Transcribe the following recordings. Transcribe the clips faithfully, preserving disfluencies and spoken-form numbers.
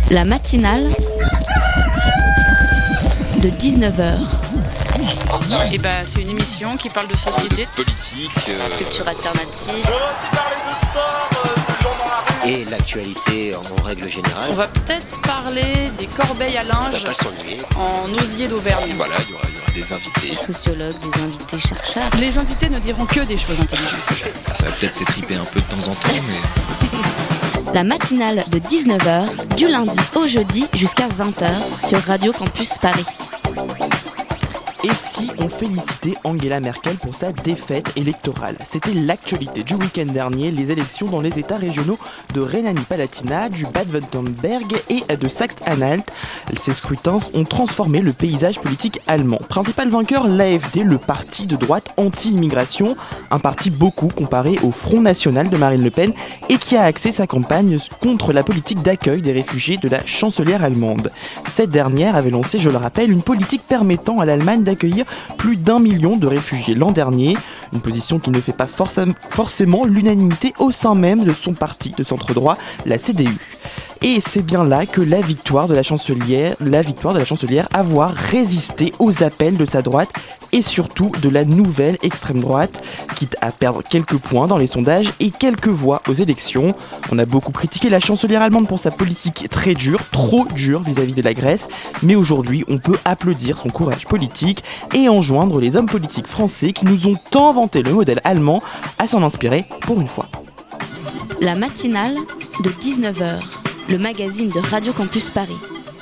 La matinale de dix-neuf heures. Et bah, c'est une émission qui parle de société, de politique, euh... culture alternative. On va aussi parler de sport, euh, de gens dans la rue. Et l'actualité en règle générale. On va peut-être parler des corbeilles à linge On va pas s'ennuyer. en osier d'Auvergne. Voilà, il y aura, il y aura des invités. Des sociologues, des invités chercheurs. Les invités ne diront que des choses intelligentes. Ça va peut-être s'étriper un peu de temps en temps, mais... La matinale de dix-neuf heures, du lundi au jeudi jusqu'à vingt heures sur Radio Campus Paris. Et si on félicitait Angela Merkel pour sa défaite électorale? C'était l'actualité du week-end dernier, les élections dans les États régionaux de Rhénanie-Palatinat, du Bade-Württemberg et de Saxe-Anhalt. Ces scrutins ont transformé le paysage politique allemand. Principal vainqueur, l'A F D, le parti de droite anti-immigration, un parti beaucoup comparé au Front National de Marine Le Pen et qui a axé sa campagne contre la politique d'accueil des réfugiés de la chancelière allemande. Cette dernière avait lancé, je le rappelle, une politique permettant à l'Allemagne d'accueillir plus d'un million de réfugiés l'an dernier, une position qui ne fait pas forc- forcément l'unanimité au sein même de son parti de centre-droit, la C D U. Et c'est bien là que la victoire de la chancelière, la victoire de la chancelière avoir résisté aux appels de sa droite et surtout de la nouvelle extrême droite, quitte à perdre quelques points dans les sondages et quelques voix aux élections. On a beaucoup critiqué la chancelière allemande pour sa politique très dure, trop dure vis-à-vis de la Grèce, mais aujourd'hui on peut applaudir son courage politique et enjoindre les hommes politiques français qui nous ont tant vanté le modèle allemand à s'en inspirer pour une fois. La matinale de dix-neuf heures, le magazine de Radio Campus Paris.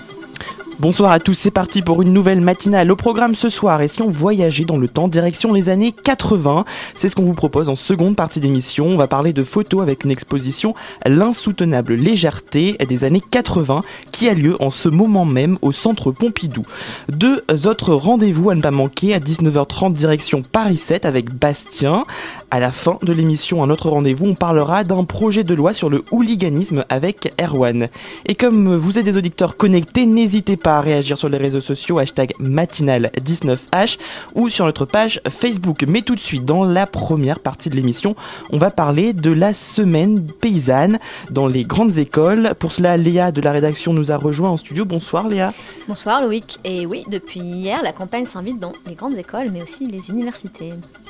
Bonsoir à tous, c'est parti pour une nouvelle matinale au programme ce soir. Et si on voyageait dans le temps, direction les années quatre-vingts, c'est ce qu'on vous propose en seconde partie d'émission. On va parler de photos avec une exposition L'insoutenable légèreté des années quatre-vingts qui a lieu en ce moment même au centre Pompidou. Deux autres rendez-vous à ne pas manquer à dix-neuf heures trente direction Paris sept avec Bastien. À la fin de l'émission, un autre rendez-vous, on parlera d'un projet de loi sur le hooliganisme avec Erwan. Et comme vous êtes des auditeurs connectés, n'hésitez pas à réagir sur les réseaux sociaux, hashtag matinale dix-neuf H ou sur notre page Facebook. Mais tout de suite, dans la première partie de l'émission, on va parler de la semaine paysanne dans les grandes écoles. Pour cela, Léa de la rédaction nous a rejoint en studio. Bonsoir Léa. Bonsoir Loïc. Et oui, depuis hier, la campagne s'invite dans les grandes écoles, mais aussi les universités.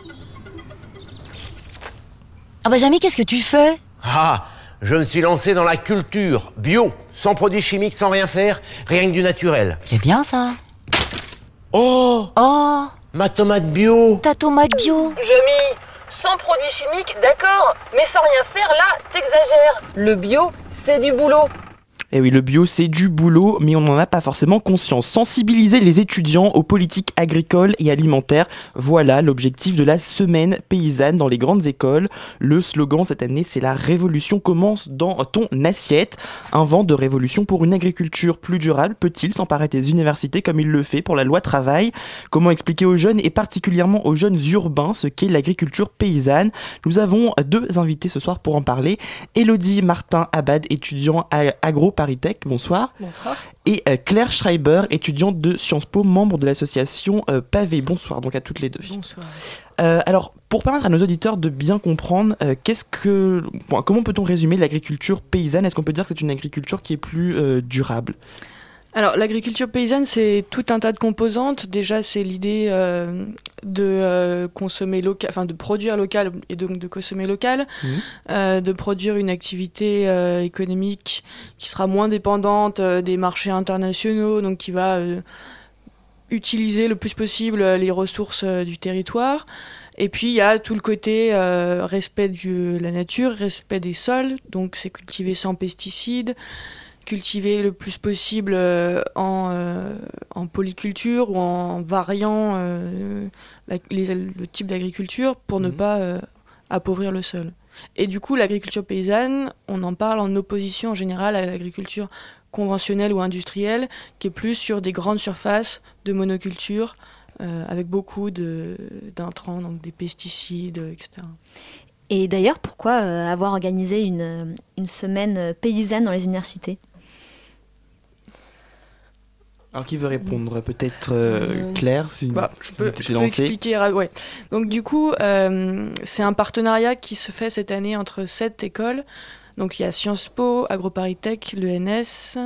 Ah bah Jamy, qu'est-ce que tu fais? Ah, je me suis lancé dans la culture, bio, sans produits chimiques, sans rien faire, rien que du naturel. C'est bien ça. Oh, Oh, ma tomate bio. ta tomate bio. Jamy, sans produits chimiques, d'accord, mais sans rien faire, là, t'exagères. Le bio, c'est du boulot. Et oui, le bio, c'est du boulot, mais on n'en a pas forcément conscience. Sensibiliser les étudiants aux politiques agricoles et alimentaires, voilà l'objectif de la semaine paysanne dans les grandes écoles. Le slogan cette année, c'est « La révolution commence dans ton assiette ». Un vent de révolution pour une agriculture plus durable peut-il s'emparer des universités comme il le fait pour la loi travail? Comment expliquer aux jeunes et particulièrement aux jeunes urbains ce qu'est l'agriculture paysanne? Nous avons deux invités ce soir pour en parler. Élodie Martin-Abad, étudiant à agro Paris-Tech, bonsoir. Bonsoir. Et euh, Claire Schreiber, étudiante de Sciences Po, membre de l'association euh, Pavé. Bonsoir donc à toutes les deux. Bonsoir. Euh, alors, pour permettre à nos auditeurs de bien comprendre, euh, qu'est-ce que, bon, comment peut-on résumer l'agriculture paysanne? Est-ce qu'on peut dire que c'est une agriculture qui est plus euh, durable? Alors, l'agriculture paysanne, c'est tout un tas de composantes. Déjà, c'est l'idée euh, de euh, consommer local, enfin de produire local et donc de consommer local, mmh. euh, de produire une activité euh, économique qui sera moins dépendante euh, des marchés internationaux, donc qui va euh, utiliser le plus possible les ressources euh, du territoire. Et puis, il y a tout le côté euh, respect de la nature, respect des sols, donc c'est cultiver sans pesticides, cultiver le plus possible euh, en, euh, en polyculture ou en variant euh, la, les, le type d'agriculture pour mmh. ne pas euh, appauvrir le sol. Et du coup, l'agriculture paysanne, on en parle en opposition en général à l'agriculture conventionnelle ou industrielle, qui est plus sur des grandes surfaces de monoculture, euh, avec beaucoup de, d'intrants, donc des pesticides, et cetera. Et d'ailleurs, pourquoi euh, avoir organisé une, une semaine paysanne dans les universités ? Alors qui veut répondre? Peut-être euh, Claire, si bah, je peux, je peux expliquer. Ouais. Donc du coup, euh, c'est un partenariat qui se fait cette année entre sept écoles, Donc il y a Sciences Po, AgroParisTech, l'E N S...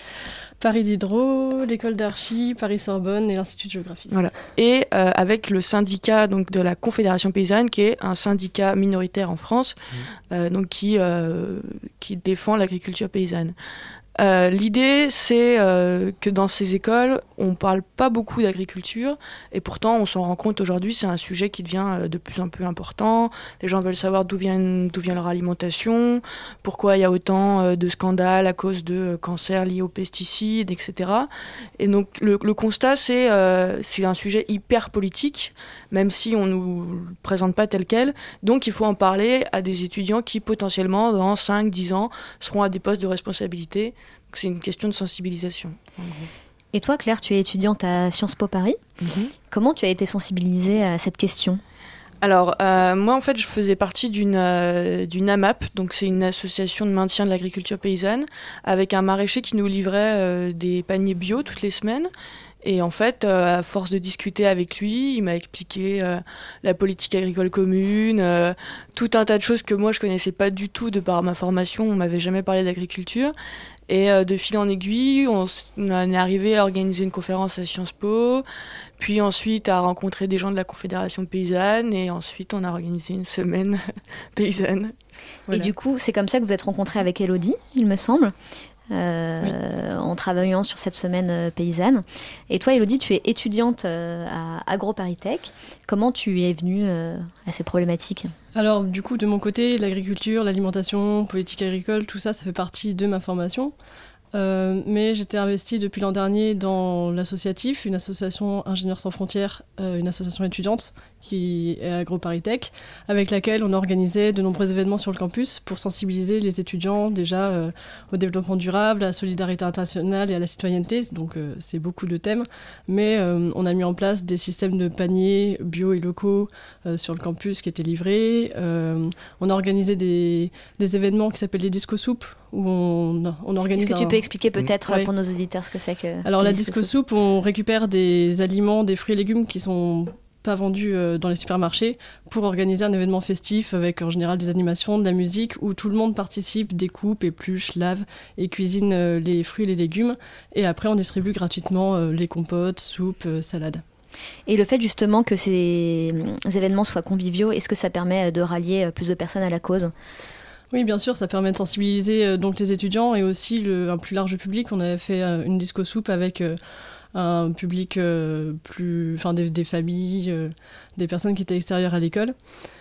Paris Diderot, l'école d'archi, Paris-Sorbonne et l'Institut de géographie. Voilà. Et euh, avec le syndicat donc, de la Confédération paysanne, qui est un syndicat minoritaire en France, mmh. euh, donc qui, euh, qui défend l'agriculture paysanne. Euh, l'idée, c'est euh, que dans ces écoles, on ne parle pas beaucoup d'agriculture, et pourtant, on s'en rend compte aujourd'hui, c'est un sujet qui devient euh, de plus en plus important. Les gens veulent savoir d'où vient, d'où vient leur alimentation, pourquoi il y a autant euh, de scandales à cause de euh, cancers liés aux pesticides, et cetera. Et donc, le, le constat, c'est euh, c'est un sujet hyper politique, même si on ne nous le présente pas tel quel. Donc, il faut en parler à des étudiants qui, potentiellement, dans cinq dix ans, seront à des postes de responsabilité. Donc c'est une question de sensibilisation, en gros. Et toi, Claire, tu es étudiante à Sciences Po Paris. Mm-hmm. Comment tu as été sensibilisée à cette question ? Alors, euh, moi, en fait, je faisais partie d'une, euh, d'une A M A P, donc c'est une association de maintien de l'agriculture paysanne, avec un maraîcher qui nous livrait euh, des paniers bio toutes les semaines. Et en fait, euh, à force de discuter avec lui, il m'a expliqué euh, la politique agricole commune, euh, tout un tas de choses que moi, je connaissais pas du tout de par ma formation. On m'avait jamais parlé d'agriculture. Et euh, de fil en aiguille, on, on est arrivé à organiser une conférence à Sciences Po, puis ensuite à rencontrer des gens de la Confédération paysanne, et ensuite on a organisé une semaine paysanne. Voilà. Et du coup, c'est comme ça que vous êtes rencontrés avec Elodie, il me semble. Euh, oui. En travaillant sur cette semaine euh, paysanne. Et toi, Elodie, tu es étudiante euh, à AgroParisTech. Comment tu es venue euh, à ces problématiques ? Alors, du coup, de mon côté, l'agriculture, l'alimentation, politique agricole, tout ça, ça fait partie de ma formation. Euh, mais j'étais investie depuis l'an dernier dans l'associatif, une association Ingénieurs sans frontières, euh, une association étudiante qui est à AgroParisTech, avec laquelle on organisait de nombreux événements sur le campus pour sensibiliser les étudiants déjà euh, au développement durable, à la solidarité internationale et à la citoyenneté. Donc euh, c'est beaucoup de thèmes, mais euh, on a mis en place des systèmes de paniers bio et locaux euh, sur le campus qui étaient livrés. Euh, on a organisé des, des événements qui s'appellent les disco soupes, où on, on organise. Est-ce que tu un... peux expliquer peut-être ouais. pour nos auditeurs ce que c'est que Alors la disco soupe, on récupère des aliments, des fruits et légumes qui sont pas vendus euh, dans les supermarchés pour organiser un événement festif avec en général des animations, de la musique où tout le monde participe, découpe, épluche, lave et cuisine euh, les fruits et les légumes, et après on distribue gratuitement euh, les compotes, soupes, euh, salades. Et le fait justement que ces événements soient conviviaux, est-ce que ça permet de rallier plus de personnes à la cause ? Oui, bien sûr, ça permet de sensibiliser euh, donc les étudiants et aussi le, un plus large public. On avait fait euh, une disco soupe avec euh, un public euh, plus, enfin des, des familles, euh, des personnes qui étaient extérieures à l'école.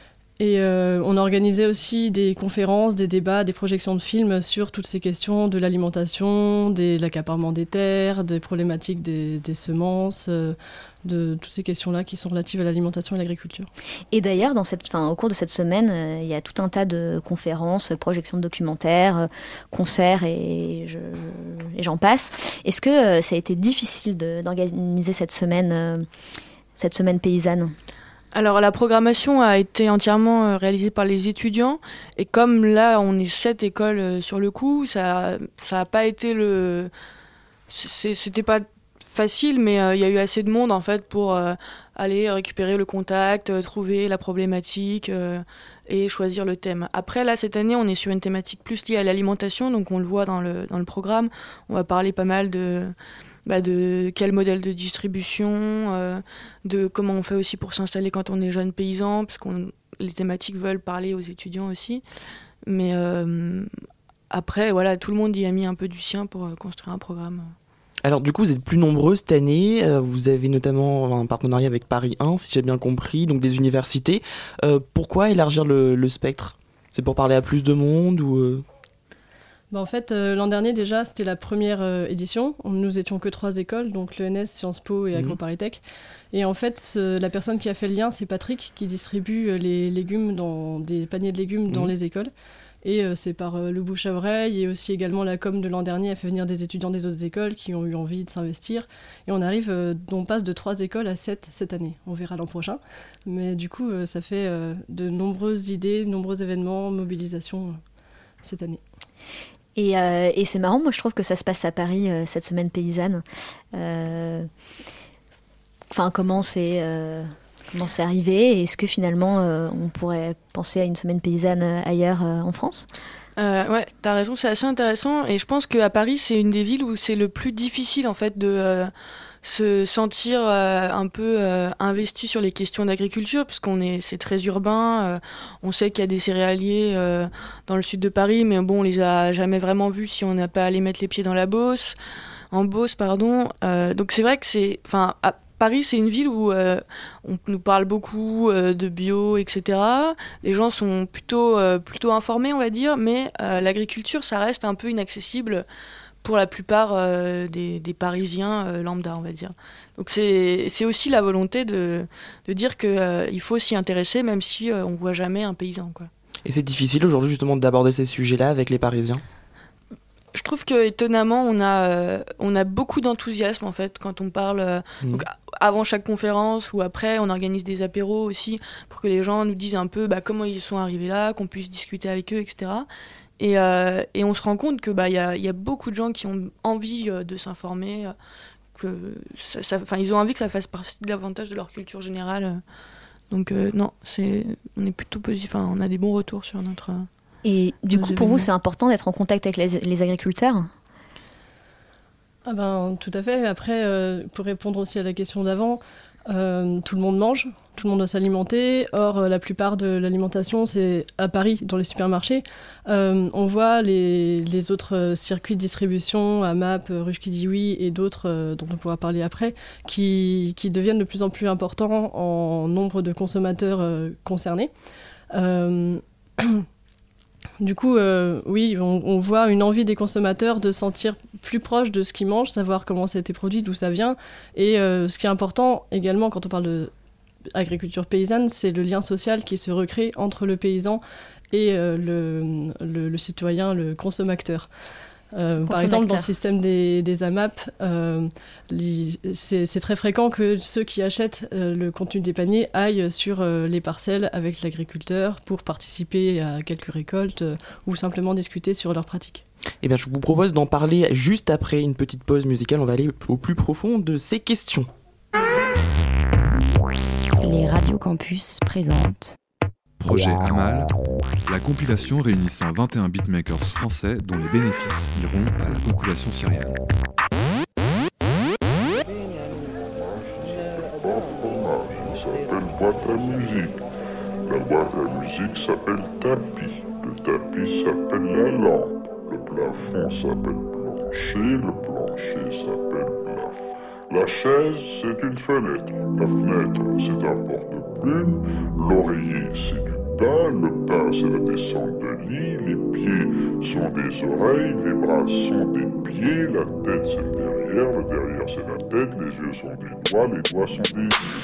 Et euh, on a organisé aussi des conférences, des débats, des projections de films sur toutes ces questions de l'alimentation, de l'accaparement des terres, des problématiques des, des semences, euh, de toutes ces questions-là qui sont relatives à l'alimentation et à l'agriculture. Et d'ailleurs, dans cette, fin, au cours de cette semaine, euh, il y a tout un tas de conférences, projections de documentaires, euh, concerts et, je, et j'en passe. Est-ce que euh, ça a été difficile de, d'organiser cette semaine, euh, cette semaine paysanne ? Alors la programmation a été entièrement réalisée par les étudiants, et comme là on est sept écoles sur le coup, ça ça a pas été le c'est, c'était pas facile, mais il euh, y a eu assez de monde en fait pour euh, aller récupérer le contact, euh, trouver la problématique euh, et choisir le thème. Après là cette année on est sur une thématique plus liée à l'alimentation, donc on le voit dans le dans le programme, on va parler pas mal de Bah de quel modèle de distribution, euh, de comment on fait aussi pour s'installer quand on est jeune paysan, parce que les thématiques veulent parler aux étudiants aussi. Mais euh, après, voilà, tout le monde y a mis un peu du sien pour euh, construire un programme. Alors du coup, vous êtes plus nombreux cette année. Euh, vous avez notamment un partenariat avec Paris un, si j'ai bien compris, donc des universités. Euh, pourquoi élargir le, le spectre ? C'est pour parler à plus de monde ou euh... Bah en fait, euh, l'an dernier, déjà, c'était la première euh, édition. Nous étions que trois écoles, donc l'E N S, Sciences Po et mmh. AgroParisTech. Et en fait, ce, la personne qui a fait le lien, c'est Patrick, qui distribue euh, les légumes dans des paniers de légumes mmh. dans les écoles. Et euh, c'est par euh, le bouche à oreille, et aussi également la com de l'an dernier a fait venir des étudiants des autres écoles qui ont eu envie de s'investir. Et on arrive, euh, on passe de trois écoles à sept cette année. On verra l'an prochain. Mais du coup, euh, ça fait euh, de nombreuses idées, de nombreux événements, mobilisations euh, cette année. Et, euh, et c'est marrant, moi je trouve que ça se passe à Paris, euh, cette semaine paysanne. Euh, enfin, comment c'est, euh, comment c'est arrivé ? Est-ce que finalement euh, on pourrait penser à une semaine paysanne ailleurs euh, en France ? Euh, ouais, t'as raison, c'est assez intéressant. Et je pense qu'à Paris, c'est une des villes où c'est le plus difficile, en fait, de euh, se sentir euh, un peu euh, investi sur les questions d'agriculture, puisqu'on est, c'est très urbain. Euh, on sait qu'il y a des céréaliers euh, dans le sud de Paris, mais bon, on les a jamais vraiment vus si on n'a pas allé mettre les pieds dans la Beauce, en Beauce, pardon. Euh, donc c'est vrai que c'est, enfin, à Paris, c'est une ville où euh, on nous parle beaucoup euh, de bio, et cetera. Les gens sont plutôt, euh, plutôt informés, on va dire, mais euh, l'agriculture, ça reste un peu inaccessible pour la plupart euh, des, des Parisiens euh, lambda, on va dire. Donc c'est, c'est aussi la volonté de, de dire qu'il euh, faut s'y intéresser, même si euh, on ne voit jamais un paysan, quoi. Et c'est difficile aujourd'hui justement d'aborder ces sujets-là avec les Parisiens ? Je trouve que étonnamment, on a, euh, on a beaucoup d'enthousiasme en fait quand on parle. Euh, mmh. Donc, avant chaque conférence ou après, on organise des apéros aussi pour que les gens nous disent un peu bah, comment ils sont arrivés là, qu'on puisse discuter avec eux, et cetera. Et, euh, et on se rend compte que bah, y a, y a beaucoup de gens qui ont envie euh, de s'informer, euh, que ça, ça, ils ont envie que ça fasse partie de l'avantage de leur culture générale. Euh. Donc euh, non, c'est, on est plutôt positif. Enfin, on a des bons retours sur notre. Euh, Et du coup, pour vous, c'est important d'être en contact avec les, les agriculteurs ? Ah ben, tout à fait. Après, euh, pour répondre aussi à la question d'avant, euh, tout le monde mange, tout le monde doit s'alimenter. Or, euh, la plupart de l'alimentation, c'est à Paris, dans les supermarchés. Euh, on voit les, les autres circuits de distribution, AMAP, Ruche qui dit oui, et d'autres euh, dont on pourra parler après, qui, qui deviennent de plus en plus importants en nombre de consommateurs euh, concernés. Euh, Du coup, euh, oui, on, on voit une envie des consommateurs de se sentir plus proche de ce qu'ils mangent, savoir comment ça a été produit, d'où ça vient. Et euh, ce qui est important également quand on parle d'agriculture paysanne, c'est le lien social qui se recrée entre le paysan et euh, le, le, le citoyen, le consommateur. Euh, par exemple, dans le système des, des AMAP, euh, li, c'est, c'est très fréquent que ceux qui achètent euh, le contenu des paniers aillent sur euh, les parcelles avec l'agriculteur pour participer à quelques récoltes euh, ou simplement discuter sur leurs pratiques. Eh bien, je vous propose d'en parler juste après une petite pause musicale. On va aller au plus profond de ces questions. Les radios campus présentent Projet Amal, la compilation réunissant vingt et un beatmakers français dont les bénéfices iront à la population syrienne. S'appelle boîte à musique. La boîte à musique s'appelle tapis. Le tapis s'appelle la lampe. Le plafond s'appelle plancher. Le plancher s'appelle plafond. La chaise, c'est une fenêtre. La fenêtre, c'est un porte-plume. L'oreiller, c'est du pain. Le pain, c'est la descente de lit. Les pieds sont des oreilles. Les bras sont des pieds. La tête, c'est le derrière. Le derrière, c'est la tête. Les yeux sont des doigts. Les doigts sont des yeux.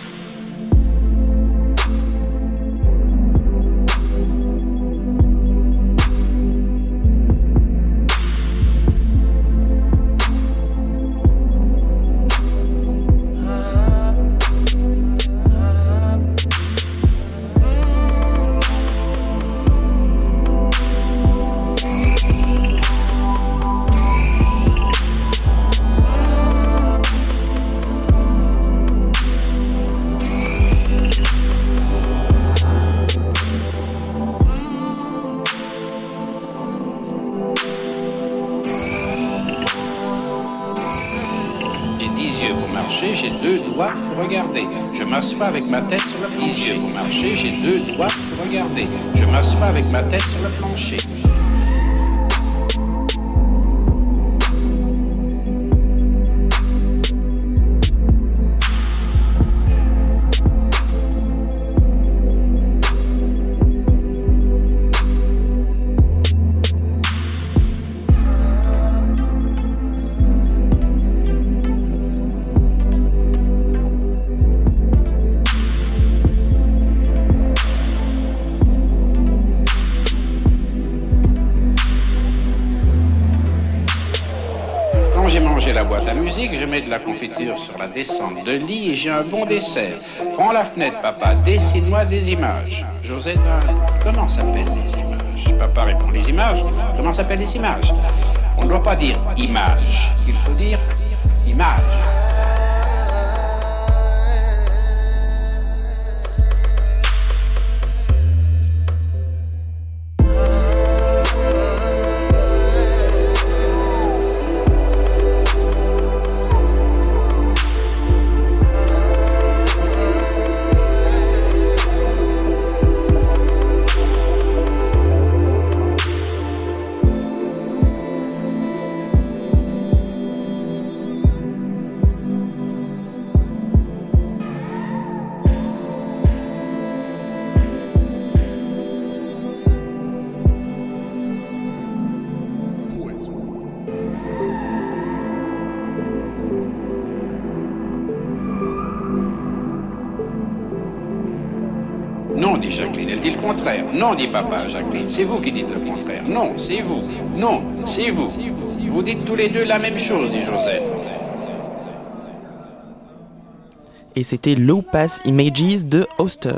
Je m'assois avec ma tête sur le plancher. Pour marcher, j'ai deux doigts pour regarder. Je m'assois avec ma tête sur le plancher. Je mets de la confiture sur la descente de lit et j'ai un bon dessert. Prends la fenêtre, papa, dessine-moi des images. Josetta, comment s'appellent les images? Papa répond, les images? Comment s'appellent les images? On ne doit pas dire image, il faut dire image. dit Jacqueline. Elle dit le contraire. Non, dit papa, Jacqueline. C'est vous qui dites le contraire. Non, c'est vous. Non, c'est vous. Vous dites tous les deux la même chose, dit Joseph. Et c'était Low Pass Images de Oster.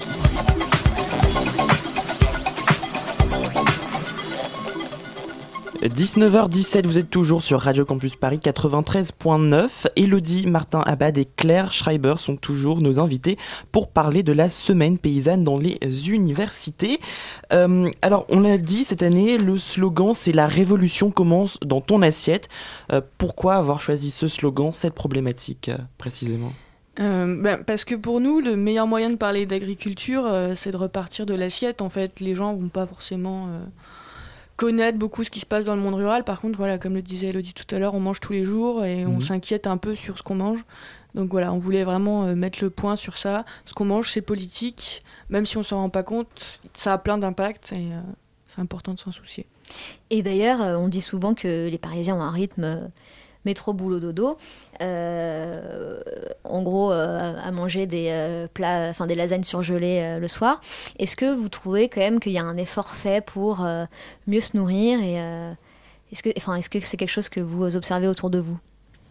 dix-neuf heures dix-sept, vous êtes toujours sur Radio Campus Paris quatre-vingt-treize point neuf. Élodie Martin-Abad et Claire Schreiber sont toujours nos invités pour parler de la semaine paysanne dans les universités. Euh, alors, on l'a dit, cette année, le slogan, c'est « La révolution commence dans ton assiette ». Euh, pourquoi avoir choisi ce slogan, cette problématique, euh, précisément ? Euh, ben, parce que pour nous, le meilleur moyen de parler d'agriculture, euh, c'est de repartir de l'assiette. En fait, les gens vont pas forcément euh, connaître beaucoup ce qui se passe dans le monde rural. Par contre, voilà, comme le disait Élodie tout à l'heure, on mange tous les jours et mmh. on s'inquiète un peu sur ce qu'on mange. Donc voilà, on voulait vraiment euh, mettre le point sur ça. Ce qu'on mange, c'est politique. Même si on s'en rend pas compte, ça a plein d'impacts et euh, c'est important de s'en soucier. Et d'ailleurs, euh, on dit souvent que les Parisiens ont un rythme... Euh, métro, boulot, dodo, euh, en gros euh, à manger des euh, plats, enfin des lasagnes surgelées euh, le soir. Est-ce que vous trouvez quand même qu'il y a un effort fait pour euh, mieux se nourrir et euh, est-ce que, enfin, est-ce que c'est quelque chose que vous observez autour de vous ?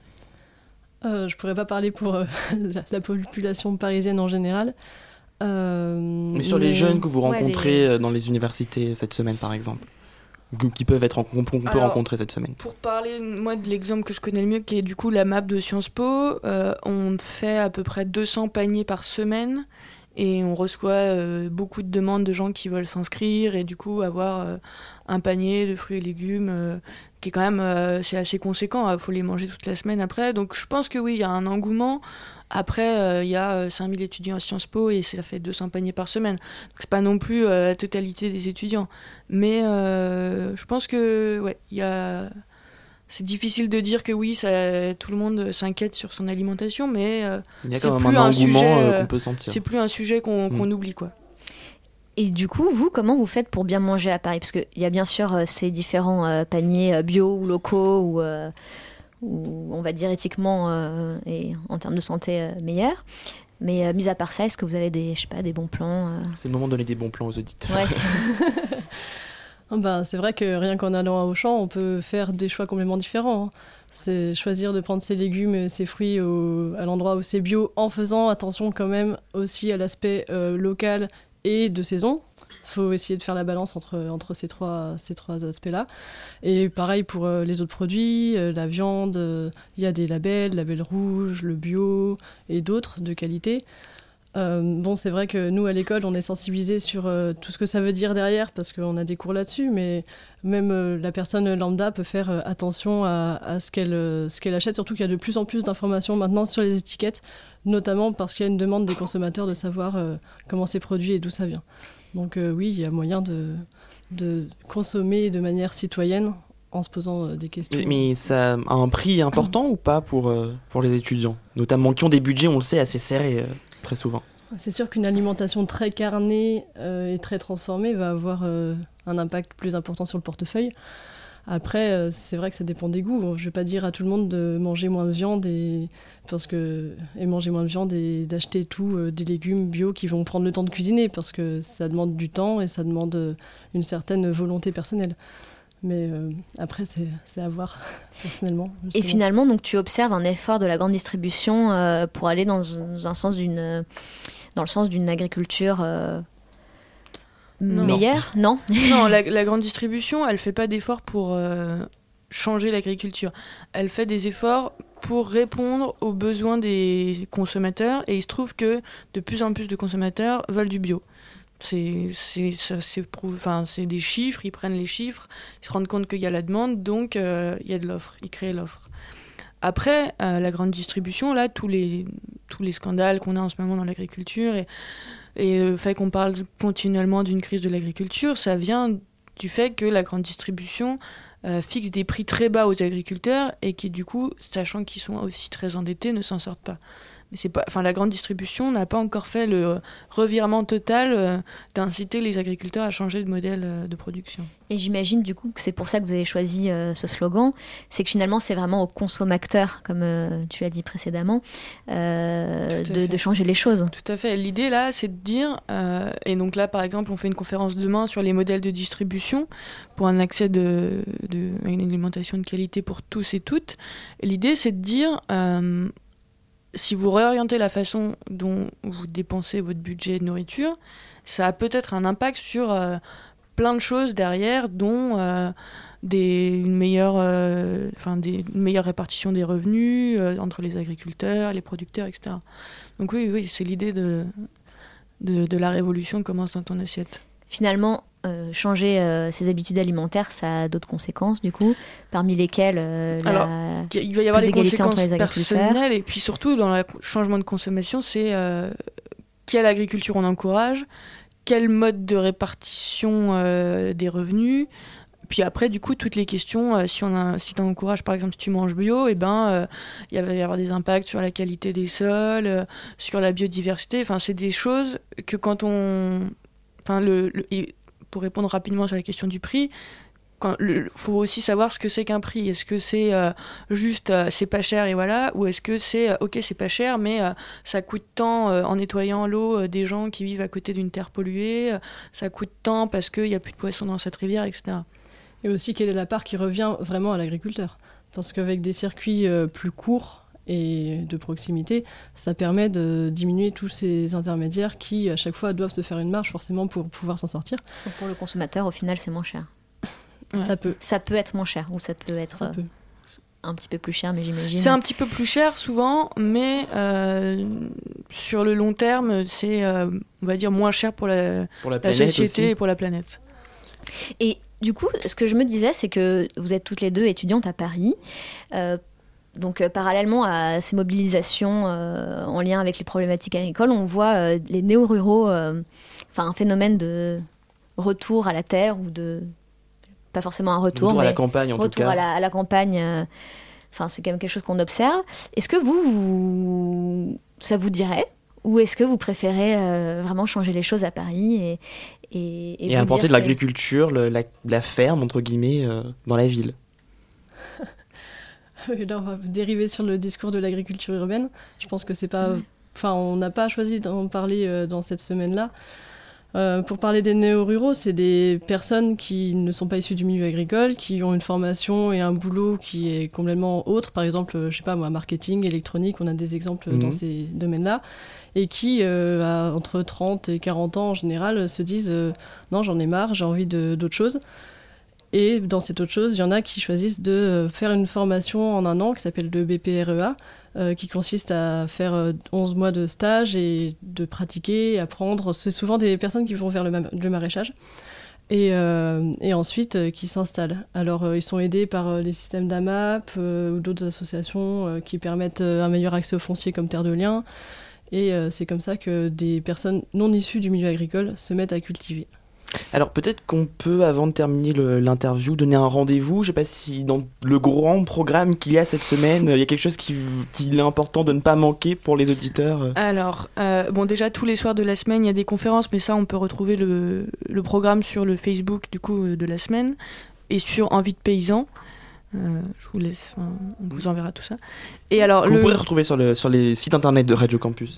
euh, Je pourrais pas parler pour euh, la, la population parisienne en général. Euh, mais sur mais... les jeunes que vous rencontrez ouais, les... dans les universités cette semaine, par exemple, qui peuvent être qu'on peut Alors, rencontrer cette semaine. Pour parler moi de l'exemple que je connais le mieux, qui est du coup la map de Sciences Po, euh, on fait à peu près deux cents paniers par semaine et on reçoit euh, beaucoup de demandes de gens qui veulent s'inscrire et du coup avoir euh, un panier de fruits et légumes euh, qui est quand même euh, c'est assez conséquent, il faut les manger toute la semaine après. Donc je pense que oui, il y a un engouement. Après, il euh, y a euh, cinq mille étudiants à Sciences Po et ça fait deux cents paniers par semaine. Donc c'est pas non plus euh, la totalité des étudiants. Mais euh, je pense que ouais, y a... c'est difficile de dire que oui, ça, tout le monde s'inquiète sur son alimentation, mais euh, y a c'est, quand plus même un, un engouement, sujet, euh, qu'on peut sentir. C'est plus un sujet qu'on, qu'on mmh. oublie, quoi. Et du coup, vous, comment vous faites pour bien manger à Paris ? Parce qu'il y a bien sûr euh, ces différents euh, paniers bio ou locaux ou... Euh, ou on va dire éthiquement euh, et en termes de santé euh, meilleurs. Mais euh, mis à part ça, est-ce que vous avez des, je sais pas, des bons plans euh... C'est le moment de donner des bons plans aux auditeurs. Ouais. ben, c'est vrai que rien qu'en allant à Auchan, on peut faire des choix complètement différents. Hein. C'est choisir de prendre ses légumes et ses fruits au, à l'endroit où c'est bio, en faisant attention quand même aussi à l'aspect euh, local et de saison. Il faut essayer de faire la balance entre, entre ces, trois, ces trois aspects-là. Et pareil pour euh, les autres produits, euh, la viande, il euh, y a des labels, label rouge, le bio et d'autres de qualité. Euh, bon, c'est vrai que nous, à l'école, on est sensibilisés sur euh, tout ce que ça veut dire derrière parce qu'on a des cours là-dessus, mais même euh, la personne lambda peut faire euh, attention à, à ce, qu'elle, euh, ce qu'elle achète, surtout qu'il y a de plus en plus d'informations maintenant sur les étiquettes, notamment parce qu'il y a une demande des consommateurs de savoir euh, comment c'est produit et d'où ça vient. Donc euh, oui, il y a moyen de, de consommer de manière citoyenne en se posant euh, des questions. Mais, mais ça a un prix important ou pas pour, euh, pour les étudiants ? Notamment qui ont des budgets, on le sait, assez serrés euh, très souvent. C'est sûr qu'une alimentation très carnée euh, et très transformée va avoir euh, un impact plus important sur le portefeuille. Après, euh, c'est vrai que ça dépend des goûts. Je ne vais pas dire à tout le monde de manger moins de viande et, parce que, et manger moins de viande et d'acheter tout euh, des légumes bio qui vont prendre le temps de cuisiner parce que ça demande du temps et ça demande euh, une certaine volonté personnelle. Mais euh, après, c'est, c'est à voir personnellement. Justement. Et finalement, donc, tu observes un effort de la grande distribution euh, pour aller dans un sens d'une, dans le sens d'une agriculture euh, non. meilleure, non Non, la, la grande distribution, elle fait pas d'efforts pour euh, changer l'agriculture. Elle fait des efforts pour répondre aux besoins des consommateurs. Et il se trouve que de plus en plus de consommateurs veulent du bio. C'est, c'est, ça, c'est, enfin, c'est des chiffres, ils prennent les chiffres, ils se rendent compte qu'il y a la demande, donc euh, il y a de l'offre, ils créent l'offre. Après, euh, la grande distribution, là, tous les, tous les scandales qu'on a en ce moment dans l'agriculture et, et le fait qu'on parle continuellement d'une crise de l'agriculture, ça vient du fait que la grande distribution euh, fixe des prix très bas aux agriculteurs et qui, du coup, sachant qu'ils sont aussi très endettés, ne s'en sortent pas. c'est pas, enfin, la grande distribution n'a pas encore fait le revirement total euh, d'inciter les agriculteurs à changer de modèle euh, de production. Et j'imagine du coup que c'est pour ça que vous avez choisi euh, ce slogan, c'est que finalement c'est vraiment aux consommateurs, comme euh, tu l'as dit précédemment, euh, de, de changer les choses. Tout à fait. L'idée là, c'est de dire, euh, et donc là par exemple, on fait une conférence demain sur les modèles de distribution pour un accès de, de, à une alimentation de qualité pour tous et toutes. Et l'idée, c'est de dire... Euh, si vous réorientez la façon dont vous dépensez votre budget de nourriture, ça a peut-être un impact sur euh, plein de choses derrière, dont euh, des, une, meilleure, euh, des, une meilleure répartition des revenus euh, entre les agriculteurs, les producteurs, et cetera. Donc oui, oui, c'est l'idée de, de, de la révolution commence dans ton assiette. Finalement, euh, changer euh, ses habitudes alimentaires, ça a d'autres conséquences, du coup, parmi lesquelles euh, Alors, la il va y avoir des conséquences les personnelles, et puis surtout, dans le changement de consommation, c'est euh, quelle agriculture on encourage, quel mode de répartition euh, des revenus. Puis après, du coup, toutes les questions, euh, si on a, si tu encourages, par exemple, si tu manges bio, eh ben, il euh, va y avoir des impacts sur la qualité des sols, euh, sur la biodiversité. Enfin, c'est des choses que quand on... Enfin, le, le, pour répondre rapidement sur la question du prix, il faut aussi savoir ce que c'est qu'un prix. Est-ce que c'est euh, juste euh, c'est pas cher et voilà, ou est-ce que c'est euh, ok c'est pas cher mais euh, ça coûte tant euh, en nettoyant l'eau euh, des gens qui vivent à côté d'une terre polluée, euh, ça coûte tant parce qu'il n'y a plus de poissons dans cette rivière, et cetera. Et aussi quelle est la part qui revient vraiment à l'agriculteur, parce qu'avec des circuits euh, plus courts et de proximité, ça permet de diminuer tous ces intermédiaires qui, à chaque fois, doivent se faire une marge forcément pour pouvoir s'en sortir. Donc pour le consommateur, au final, c'est moins cher. Ouais. Ça peut. Ça peut être moins cher, ou ça peut être ça peut. un petit peu plus cher, mais j'imagine... C'est un petit peu plus cher, souvent, mais euh, sur le long terme, c'est, euh, on va dire, moins cher pour la, pour la, la société aussi. Et pour la planète. Et du coup, ce que je me disais, c'est que vous êtes toutes les deux étudiantes à Paris. Euh, Donc, euh, parallèlement à ces mobilisations euh, en lien avec les problématiques agricoles, on voit euh, les néo-ruraux, euh, enfin un phénomène de retour à la terre ou de... Pas forcément un retour, retour mais... à la campagne, en retour tout cas. à la, à la campagne. Enfin, euh, c'est quand même quelque chose qu'on observe. Est-ce que vous, vous... ça vous dirait ? Ou est-ce que vous préférez euh, vraiment changer les choses à Paris et... Et, et, et importer de l'agriculture, que... le, la, la ferme, entre guillemets, euh, dans la ville ? Là, on va dériver sur le discours de l'agriculture urbaine. Je pense que c'est pas... Enfin, on n'a pas choisi d'en parler euh, dans cette semaine-là. Euh, pour parler des néo-ruraux, c'est des personnes qui ne sont pas issues du milieu agricole, qui ont une formation et un boulot qui est complètement autre. Par exemple, je sais pas moi, marketing, électronique, on a des exemples mmh. dans ces domaines-là. Et qui, euh, à, entre trente et quarante ans en général, se disent euh, « Non, j'en ai marre, j'ai envie de, d'autre chose ». Et dans cette autre chose, il y en a qui choisissent de faire une formation en un an qui s'appelle le B P R E A, euh, qui consiste à faire onze mois de stage et de pratiquer, apprendre. C'est souvent des personnes qui vont vers le, ma- le maraîchage et, euh, et ensuite euh, qui s'installent. Alors, euh, ils sont aidés par euh, les systèmes d'A M A P euh, ou d'autres associations euh, qui permettent euh, un meilleur accès au foncier comme Terre de Liens. Et euh, c'est comme ça que des personnes non issues du milieu agricole se mettent à cultiver. Alors peut-être qu'on peut, avant de terminer le, l'interview, donner un rendez-vous. Je ne sais pas si dans le grand programme qu'il y a cette semaine, il y a quelque chose qui, qu'il est important de ne pas manquer pour les auditeurs. Alors, euh, bon déjà tous les soirs de la semaine, il y a des conférences, mais ça on peut retrouver le, le programme sur le Facebook du coup de la semaine et sur Envie de Paysans. Euh, je vous laisse, on vous enverra tout ça. Et alors, vous le... pourrez retrouver sur, le, sur les sites internet de Radio Campus.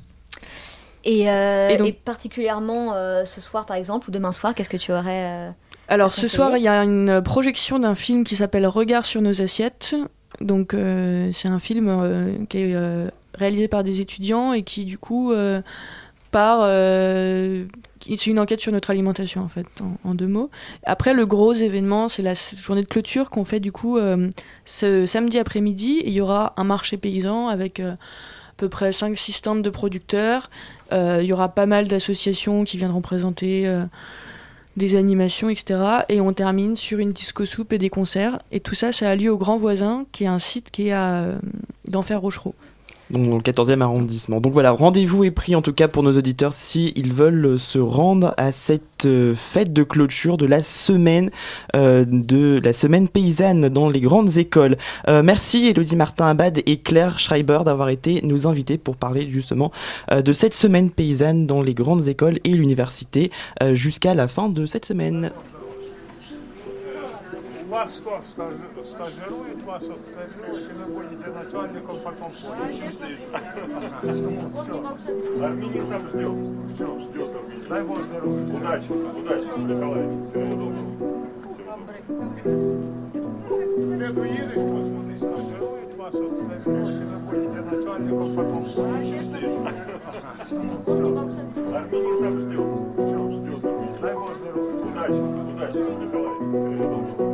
Et, euh, et, donc, et particulièrement euh, ce soir par exemple ou demain soir, qu'est-ce que tu aurais euh, Alors ce soir il y a une projection d'un film qui s'appelle Regard sur nos assiettes. Donc euh, c'est un film euh, qui est euh, réalisé par des étudiants et qui du coup euh, part... Euh, c'est une enquête sur notre alimentation en fait, en, en deux mots. Après le gros événement c'est la journée de clôture qu'on fait du coup euh, ce samedi après-midi. Il y aura un marché paysan avec... Euh, à peu près cinq six stands de producteurs. Il euh, y aura pas mal d'associations qui viendront présenter euh, des animations, et cetera. Et on termine sur une disco-soupe et des concerts. Et tout ça, ça a lieu au Grand Voisin, qui est un site qui est à euh, d'Enfer Rochereau. Donc dans le quatorzième arrondissement. Donc voilà, rendez-vous est pris en tout cas pour nos auditeurs si ils veulent se rendre à cette euh, fête de clôture de la semaine euh, de la semaine paysanne dans les grandes écoles. Euh, merci Élodie Martin-Abad et Claire Schreiber d'avoir été nos invités pour parler justement euh, de cette semaine paysanne dans les grandes écoles et l'université euh, jusqu'à la fin de cette semaine. Вас что, стажирует вас, отстажирует, и вы будете начальником, потом будете здесь. Армянин там ждет. Все, ждет. Дай Бог здоровья. Удачи, удачи, Николай. Всего доброго. Ты едешь, посмотри, стажирует вас, отстажирует, и вы будете начальником, потом будете здесь. Все. Армянин там ждет. Все, ждет. Дай Бог здоровья. Удачи, удачи, Николай. Всего доброго.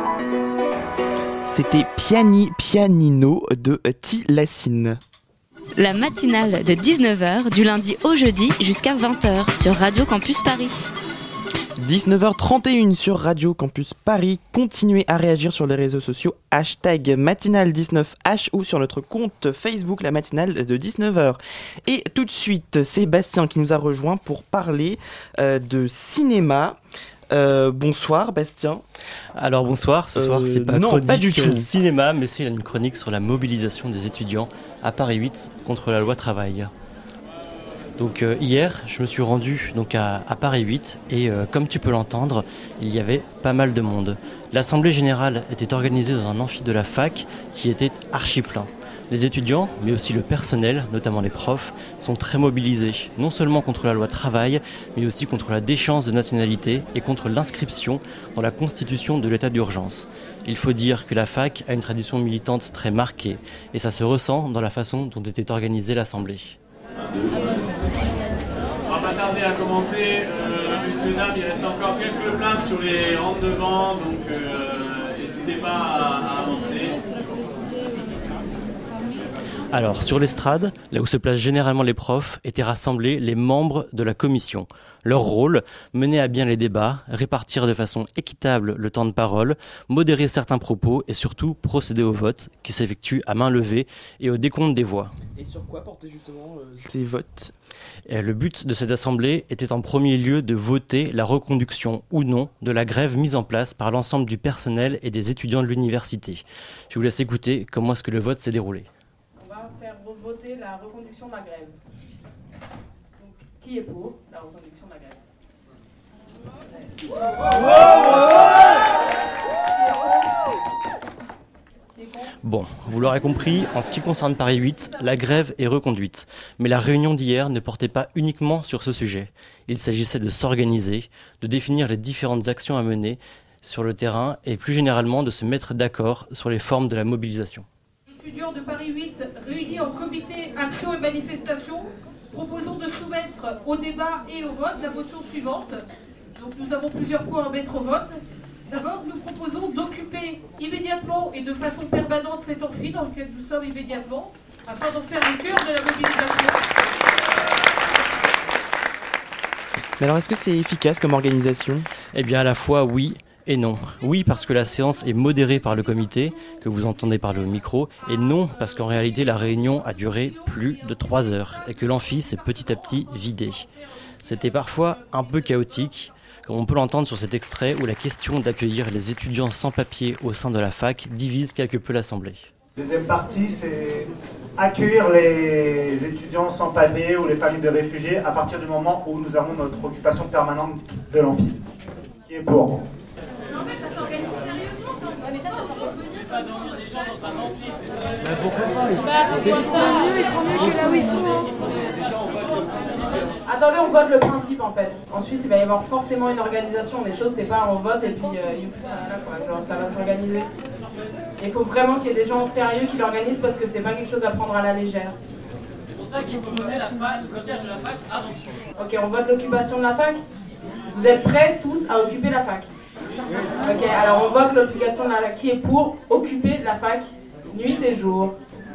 C'était Piani Pianino de Tilassine. La matinale de dix-neuf heures du lundi au jeudi jusqu'à vingt heures sur Radio Campus Paris. dix-neuf heures trente et une sur Radio Campus Paris. Continuez à réagir sur les réseaux sociaux hashtag matinale dix-neuf H ou sur notre compte Facebook la matinale de dix-neuf heures. Et tout de suite, c'est Bastien qui nous a rejoint pour parler euh, de cinéma. Euh, bonsoir Bastien. Alors bonsoir, ce soir euh, c'est pas non, chronique pas du tout. cinéma, mais c'est une chronique sur la mobilisation des étudiants à Paris huit contre la loi travail. Donc euh, hier, je me suis rendu donc à, à Paris huit et euh, comme tu peux l'entendre, il y avait pas mal de monde. L'assemblée générale était organisée dans un amphi de la fac qui était archi plein. Les étudiants, mais aussi le personnel, notamment les profs, sont très mobilisés, non seulement contre la loi travail, mais aussi contre la déchéance de nationalité et contre l'inscription dans la constitution de l'état d'urgence. Il faut dire que la fac a une tradition militante très marquée, et ça se ressent dans la façon dont était organisée l'assemblée. On va pas tarder à commencer, euh, messieurs, dames, il reste encore quelques places sur les rangs devant, donc euh, n'hésitez pas à, à avancer. Alors, sur l'estrade, là où se placent généralement les profs, étaient rassemblés les membres de la commission. Leur rôle, mener à bien les débats, répartir de façon équitable le temps de parole, modérer certains propos et surtout procéder au vote qui s'effectue à main levée et au décompte des voix. Et sur quoi portaient justement euh, ces votes ? Et le but de cette assemblée était en premier lieu de voter la reconduction ou non de la grève mise en place par l'ensemble du personnel et des étudiants de l'université. Je vous laisse écouter comment est-ce que le vote s'est déroulé. Faire voter la reconduction de la grève. Donc, qui est pour la reconduction de la grève? Bon, vous l'aurez compris, en ce qui concerne Paris huit, la grève est reconduite. Mais la réunion d'hier ne portait pas uniquement sur ce sujet. Il s'agissait de s'organiser, de définir les différentes actions à mener sur le terrain et plus généralement de se mettre d'accord sur les formes de la mobilisation. Étudiants de Paris huit réunis en comité action et manifestation, proposons de soumettre au débat et au vote la motion suivante. Donc nous avons plusieurs points à mettre au vote. D'abord, nous proposons d'occuper immédiatement et de façon permanente cet amphi dans lequel nous sommes immédiatement, afin d'en faire le cœur de la mobilisation. Mais alors, est-ce que c'est efficace comme organisation ? Eh bien, à la fois, oui et non. Oui, parce que la séance est modérée par le comité, que vous entendez parler au micro, et non, parce qu'en réalité, la réunion a duré plus de trois heures, et que l'amphi s'est petit à petit vidé. C'était parfois un peu chaotique, comme on peut l'entendre sur cet extrait où la question d'accueillir les étudiants sans papier au sein de la fac divise quelque peu l'assemblée. Deuxième partie, c'est accueillir les étudiants sans papier ou les familles de réfugiés à partir du moment où nous avons notre occupation permanente de l'amphi. Qui est pour ? En fait, ça s'organise sérieusement, ça. Mais ça, ça s'organise pas dans les gens dans un amphi. Mais pourquoi pas ? Bah, pourquoi pas ? Ils sont mieux que là où ils sont. Attendez, on vote le principe en fait. Ensuite, il va y avoir forcément une organisation des choses. C'est pas on vote et puis euh, voilà, quoi. Genre, ça va s'organiser. Il faut vraiment qu'il y ait des gens sérieux qui l'organisent parce que c'est pas quelque chose à prendre à la légère. C'est pour ça qu'il faut voter la fac, le blocage de la fac avant. Ok, on vote l'occupation de la fac. Vous êtes prêts tous à occuper la fac? Ok, alors on vote l'occupation de la fac. Qui est pour occuper la fac nuit et jour?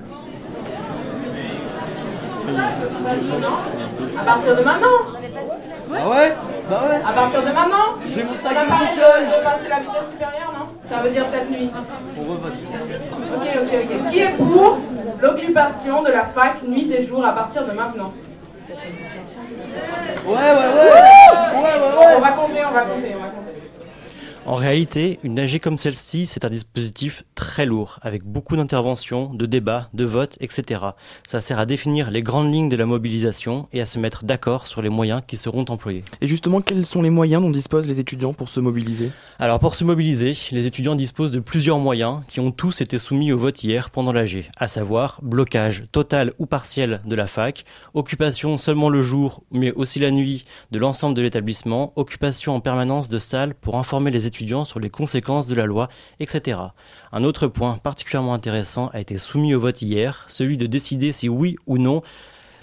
C'est ça l'occupation, non? À partir de maintenant? Ah ouais? Bah ouais. À partir de maintenant? J'ai mon sac. On a parlé de, de passer la vitesse supérieure, non? Ça veut dire cette nuit. On revote. Ok, ok, ok. Qui est pour l'occupation de la fac nuit et jour à partir de maintenant? Ouais, ouais, ouais. Ouais, ouais, ouais. On va compter, on va compter, on va compter. En réalité, une A G comme celle-ci, c'est un dispositif très lourd, avec beaucoup d'interventions, de débats, de votes, et cetera. Ça sert à définir les grandes lignes de la mobilisation et à se mettre d'accord sur les moyens qui seront employés. Et justement, quels sont les moyens dont disposent les étudiants pour se mobiliser ? Alors pour se mobiliser, les étudiants disposent de plusieurs moyens qui ont tous été soumis au vote hier pendant l'A G, à savoir blocage total ou partiel de la fac, occupation seulement le jour mais aussi la nuit de l'ensemble de l'établissement, occupation en permanence de salles pour informer les étudiants sur les conséquences de la loi, et cetera. Un autre point particulièrement intéressant a été soumis au vote hier, celui de décider si oui ou non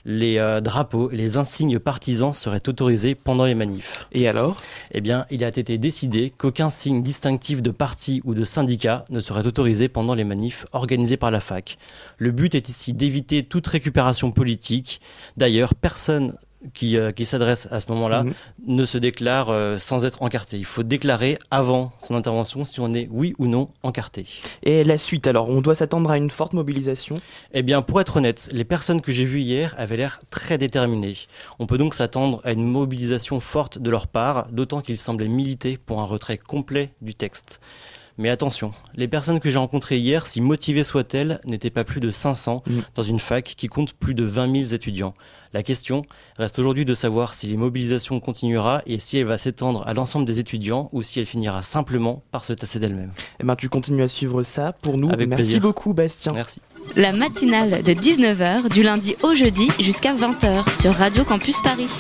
Les euh, drapeaux et les insignes partisans seraient autorisés pendant les manifs. Et alors ? Eh bien, il a été décidé qu'aucun signe distinctif de parti ou de syndicat ne serait autorisé pendant les manifs organisés par la fac. Le but est ici d'éviter toute récupération politique. D'ailleurs, personne qui, euh, qui s'adresse à ce moment-là mmh. ne se déclare euh, sans être encarté. Il faut déclarer avant son intervention si on est oui ou non encarté. Et la suite, alors, on doit s'attendre à une forte mobilisation ? Eh bien, pour être honnête, les personnes que j'ai vues hier avaient l'air très déterminées. On peut donc s'attendre à une mobilisation forte de leur part, d'autant qu'ils semblaient militer pour un retrait complet du texte. Mais attention, les personnes que j'ai rencontrées hier, si motivées soient-elles, n'étaient pas plus de cinq cents mmh. dans une fac qui compte plus de vingt mille étudiants. La question reste aujourd'hui de savoir si les mobilisations continuera et si elle va s'étendre à l'ensemble des étudiants ou si elle finira simplement par se tasser d'elle-même. Eh ben, tu continues à suivre ça pour nous. Avec Merci plaisir. beaucoup Bastien. Merci. La matinale de dix-neuf heures du lundi au jeudi jusqu'à vingt heures sur Radio Campus Paris.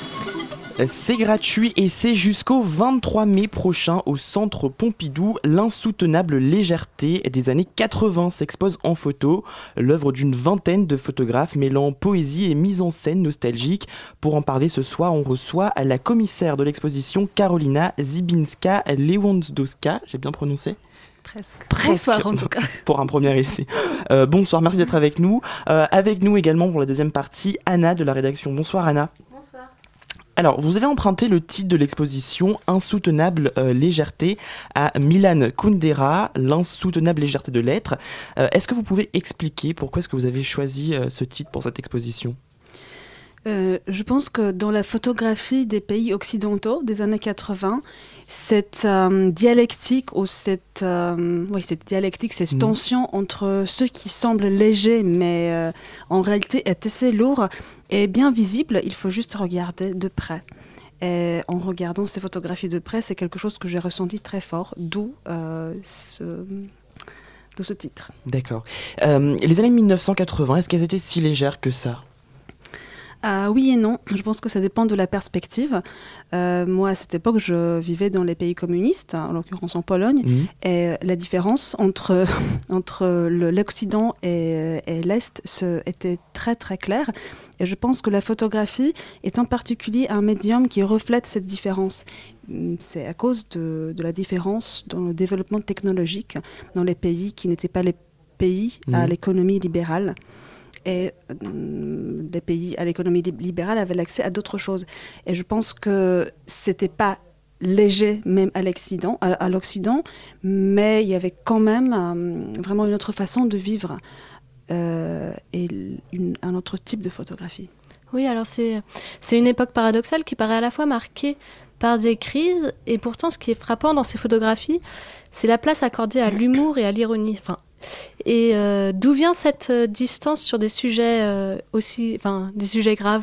C'est gratuit et c'est jusqu'au vingt-trois mai prochain au Centre Pompidou. L'insoutenable légèreté des années quatre-vingts s'expose en photo. L'œuvre d'une vingtaine de photographes mêlant poésie et mise en scène nostalgique. Pour en parler ce soir, on reçoit la commissaire de l'exposition Karolina Zibinska-Lewandowska. J'ai bien prononcé ? Presque. Presque. Bonsoir en tout cas. Pour un premier essai. Euh, bonsoir, merci d'être avec nous. Euh, avec nous également pour la deuxième partie, Anna de la rédaction. Bonsoir Anna. Bonsoir. Alors, vous avez emprunté le titre de l'exposition « Insoutenable euh, légèreté » à Milan Kundera, l'insoutenable légèreté de l'être. Euh, est-ce que vous pouvez expliquer pourquoi est-ce que vous avez choisi euh, ce titre pour cette exposition ? Euh, je pense que dans la photographie des pays occidentaux des années quatre-vingts, cette euh, dialectique ou cette, euh, oui, cette dialectique, cette mmh. tension entre ceux qui semblent légers mais euh, en réalité est assez lourd est bien visible. Il faut juste regarder de près. Et en regardant ces photographies de près, c'est quelque chose que j'ai ressenti très fort, d'où euh, ce... de ce titre. D'accord. Euh, les années mille neuf cent quatre-vingts, est-ce qu'elles étaient si légères que ça ? Euh, oui et non, je pense que ça dépend de la perspective. Euh, moi, à cette époque, je vivais dans les pays communistes, en l'occurrence en Pologne, mmh. et la différence entre, entre le, l'Occident et, et l'Est se, était très très claire. Et je pense que la photographie est en particulier un médium qui reflète cette différence. C'est à cause de, de la différence dans le développement technologique dans les pays qui n'étaient pas les pays mmh. à l'économie libérale. Et euh, les pays à l'économie libérale avaient l'accès à d'autres choses. Et je pense que c'était pas léger même à l'Occident, à, à l'Occident, mais il y avait quand même euh, vraiment une autre façon de vivre euh, et une, un autre type de photographie. Oui, alors c'est, c'est une époque paradoxale qui paraît à la fois marquée par des crises, et pourtant ce qui est frappant dans ces photographies, c'est la place accordée à l'humour et à l'ironie. Enfin, Et euh, d'où vient cette euh, distance sur des sujets euh, aussi, enfin, des sujets graves ?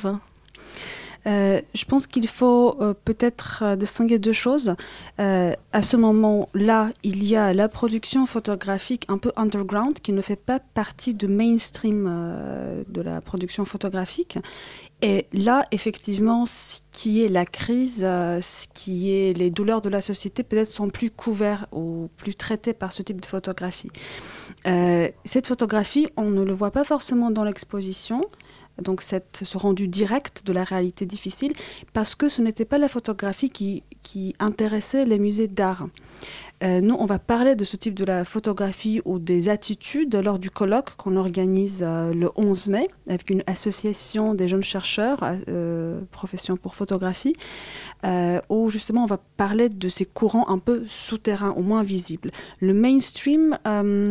Euh, je pense qu'il faut euh, peut-être euh, distinguer deux choses. Euh, à ce moment-là, il y a la production photographique un peu underground qui ne fait pas partie du mainstream euh, de la production photographique. Et là, effectivement, ce qui est la crise, euh, ce qui est les douleurs de la société, peut-être sont plus couverts ou plus traités par ce type de photographie. Euh, cette photographie, on ne le voit pas forcément dans l'exposition. Donc cette, ce rendu direct de la réalité difficile, parce que ce n'était pas la photographie qui, qui intéressait les musées d'art. Euh, nous, on va parler de ce type de la photographie ou des attitudes lors du colloque qu'on organise euh, le onze mai avec une association des jeunes chercheurs, euh, profession pour photographie, euh, où justement on va parler de ces courants un peu souterrains, au moins visibles. Le mainstream euh,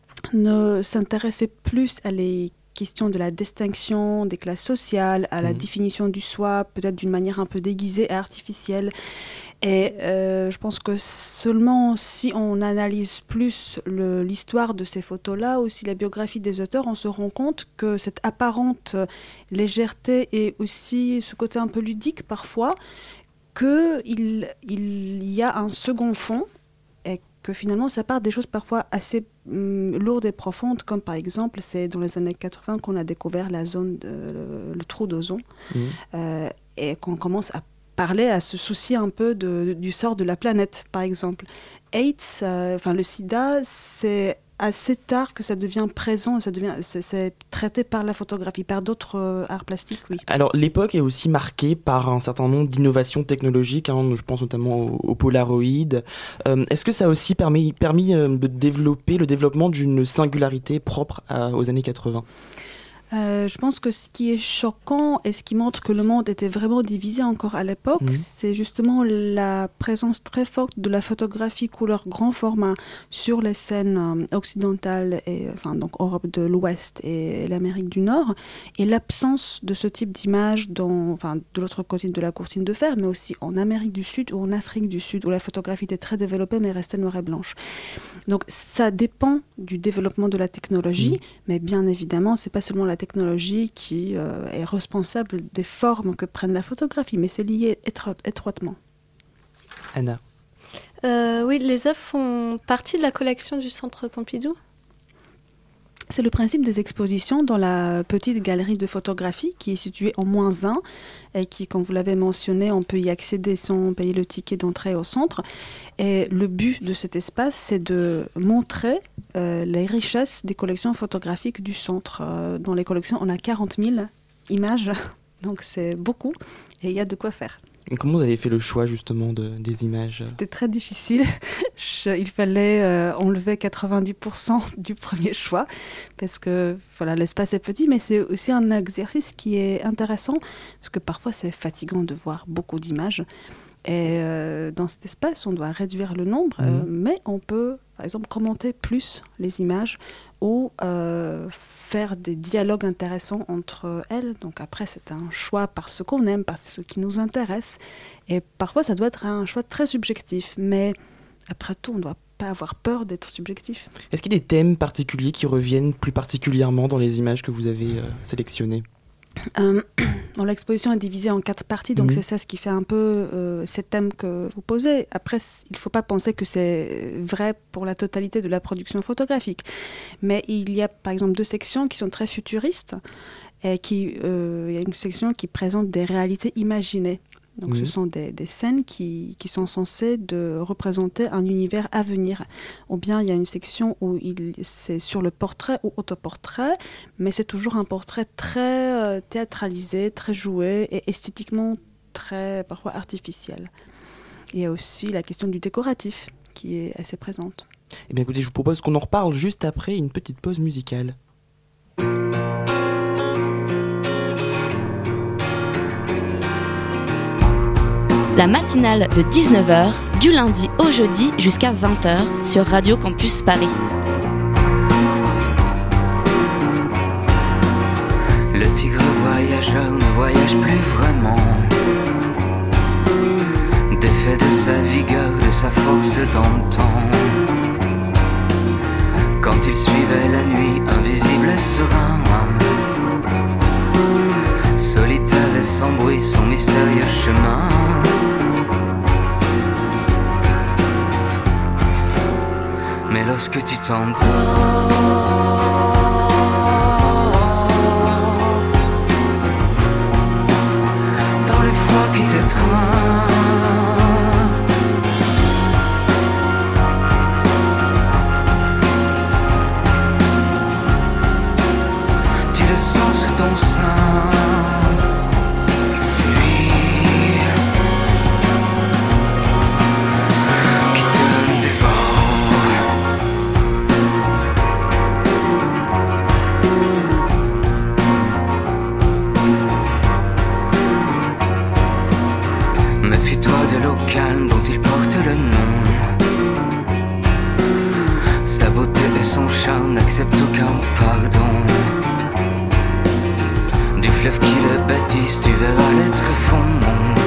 ne s'intéressait plus à les question de la distinction des classes sociales, à la mmh. définition du soi, peut-être d'une manière un peu déguisée et artificielle. Et euh, je pense que seulement si on analyse plus le, l'histoire de ces photos-là, aussi la biographie des auteurs, on se rend compte que cette apparente légèreté et aussi ce côté un peu ludique parfois, qu'il il y a un second fond, et que finalement ça part des choses parfois assez hum, lourdes et profondes, comme par exemple c'est dans les années quatre-vingts qu'on a découvert la zone de, le, le trou d'ozone mmh. euh, et qu'on commence à parler, à se soucier un peu de, du sort de la planète par exemple. AIDS, euh, enfin le sida, c'est assez tard que ça devient présent, ça devient, c'est, c'est traité par la photographie, par d'autres euh, arts plastiques, oui. Alors l'époque est aussi marquée par un certain nombre d'innovations technologiques, hein, je pense notamment au, au Polaroid. Euh, est-ce que ça a aussi permis, permis euh, de développer le développement d'une singularité propre à, aux années quatre-vingts ? Euh, je pense que ce qui est choquant et ce qui montre que le monde était vraiment divisé encore à l'époque, mmh. c'est justement la présence très forte de la photographie couleur grand format sur les scènes euh, occidentales, et, enfin, donc Europe de l'Ouest et l'Amérique du Nord, et l'absence de ce type d'image dans, enfin, de l'autre côté de la courtine de fer, mais aussi en Amérique du Sud ou en Afrique du Sud, où la photographie était très développée mais restait noire et blanche. Donc ça dépend du développement de la technologie, mmh. mais bien évidemment, c'est pas seulement la technologie qui euh, est responsable des formes que prennent la photographie, mais c'est lié étro- étroitement. Anna. Euh, oui, les œuvres font partie de la collection du Centre Pompidou. C'est le principe des expositions dans la petite galerie de photographie qui est située en moins un et qui, comme vous l'avez mentionné, on peut y accéder sans payer le ticket d'entrée au centre. Et le but de cet espace, c'est de montrer euh, les richesses des collections photographiques du centre. Euh, dans les collections, on a quarante mille images, donc c'est beaucoup et il y a de quoi faire. Et comment vous avez fait le choix justement de, des images ? C'était très difficile. Je, il fallait euh, enlever quatre-vingt-dix pour cent du premier choix parce que voilà, l'espace est petit, mais c'est aussi un exercice qui est intéressant parce que parfois c'est fatigant de voir beaucoup d'images. Et euh, dans cet espace, on doit réduire le nombre, mmh. euh, mais on peut, par exemple, commenter plus les images ou euh, faire des dialogues intéressants entre elles. Donc après, c'est un choix par ce qu'on aime, par ce qui nous intéresse. Et parfois, ça doit être un choix très subjectif. Mais après tout, on ne doit pas avoir peur d'être subjectif. Est-ce qu'il y a des thèmes particuliers qui reviennent plus particulièrement dans les images que vous avez euh, sélectionnées ? Euh, bon, l'exposition est divisée en quatre parties, donc mmh. c'est ça ce qui fait un peu euh, ces thèmes que vous posez. Après, il ne faut pas penser que c'est vrai pour la totalité de la production photographique. Mais il y a par exemple deux sections qui sont très futuristes. Et qui, euh, il y a une section qui présente des réalités imaginées. Donc, mmh. ce sont des, des scènes qui, qui sont censées de représenter un univers à venir. Ou bien, il y a une section où il, c'est sur le portrait ou autoportrait, mais c'est toujours un portrait très euh, théâtralisé, très joué et esthétiquement très, parfois, artificiel. Il y a aussi la question du décoratif qui est assez présente. Eh bien, écoutez, je vous propose qu'on en reparle juste après une petite pause musicale. La matinale de dix-neuf heures, du lundi au jeudi jusqu'à vingt heures sur Radio Campus Paris. Le tigre voyageur ne voyage plus vraiment. Défait de sa vigueur, de sa force d'antan. Quand il suivait la nuit, invisible et serein. Solitaire et sans bruit, son mystérieux chemin. Mais lorsque tu t'endors dans le froid qui t'étreint, tu le sens sous ton sein. N'accepte aucun pardon. Du fleuve qui le baptise, tu verras l'être fond.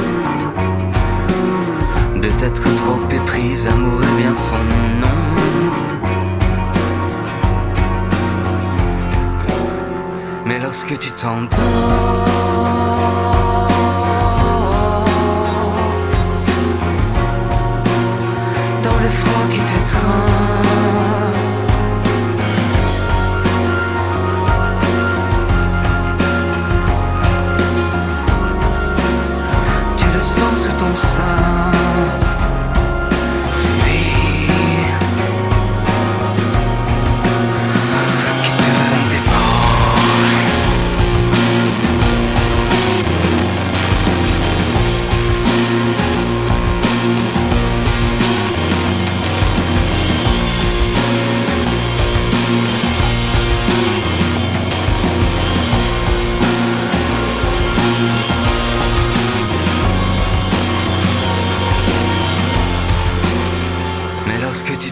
De t'être trop éprise, amour est bien son nom. Mais lorsque tu t'endors dans le froid qui t'étreint, ton sein, c'est lui.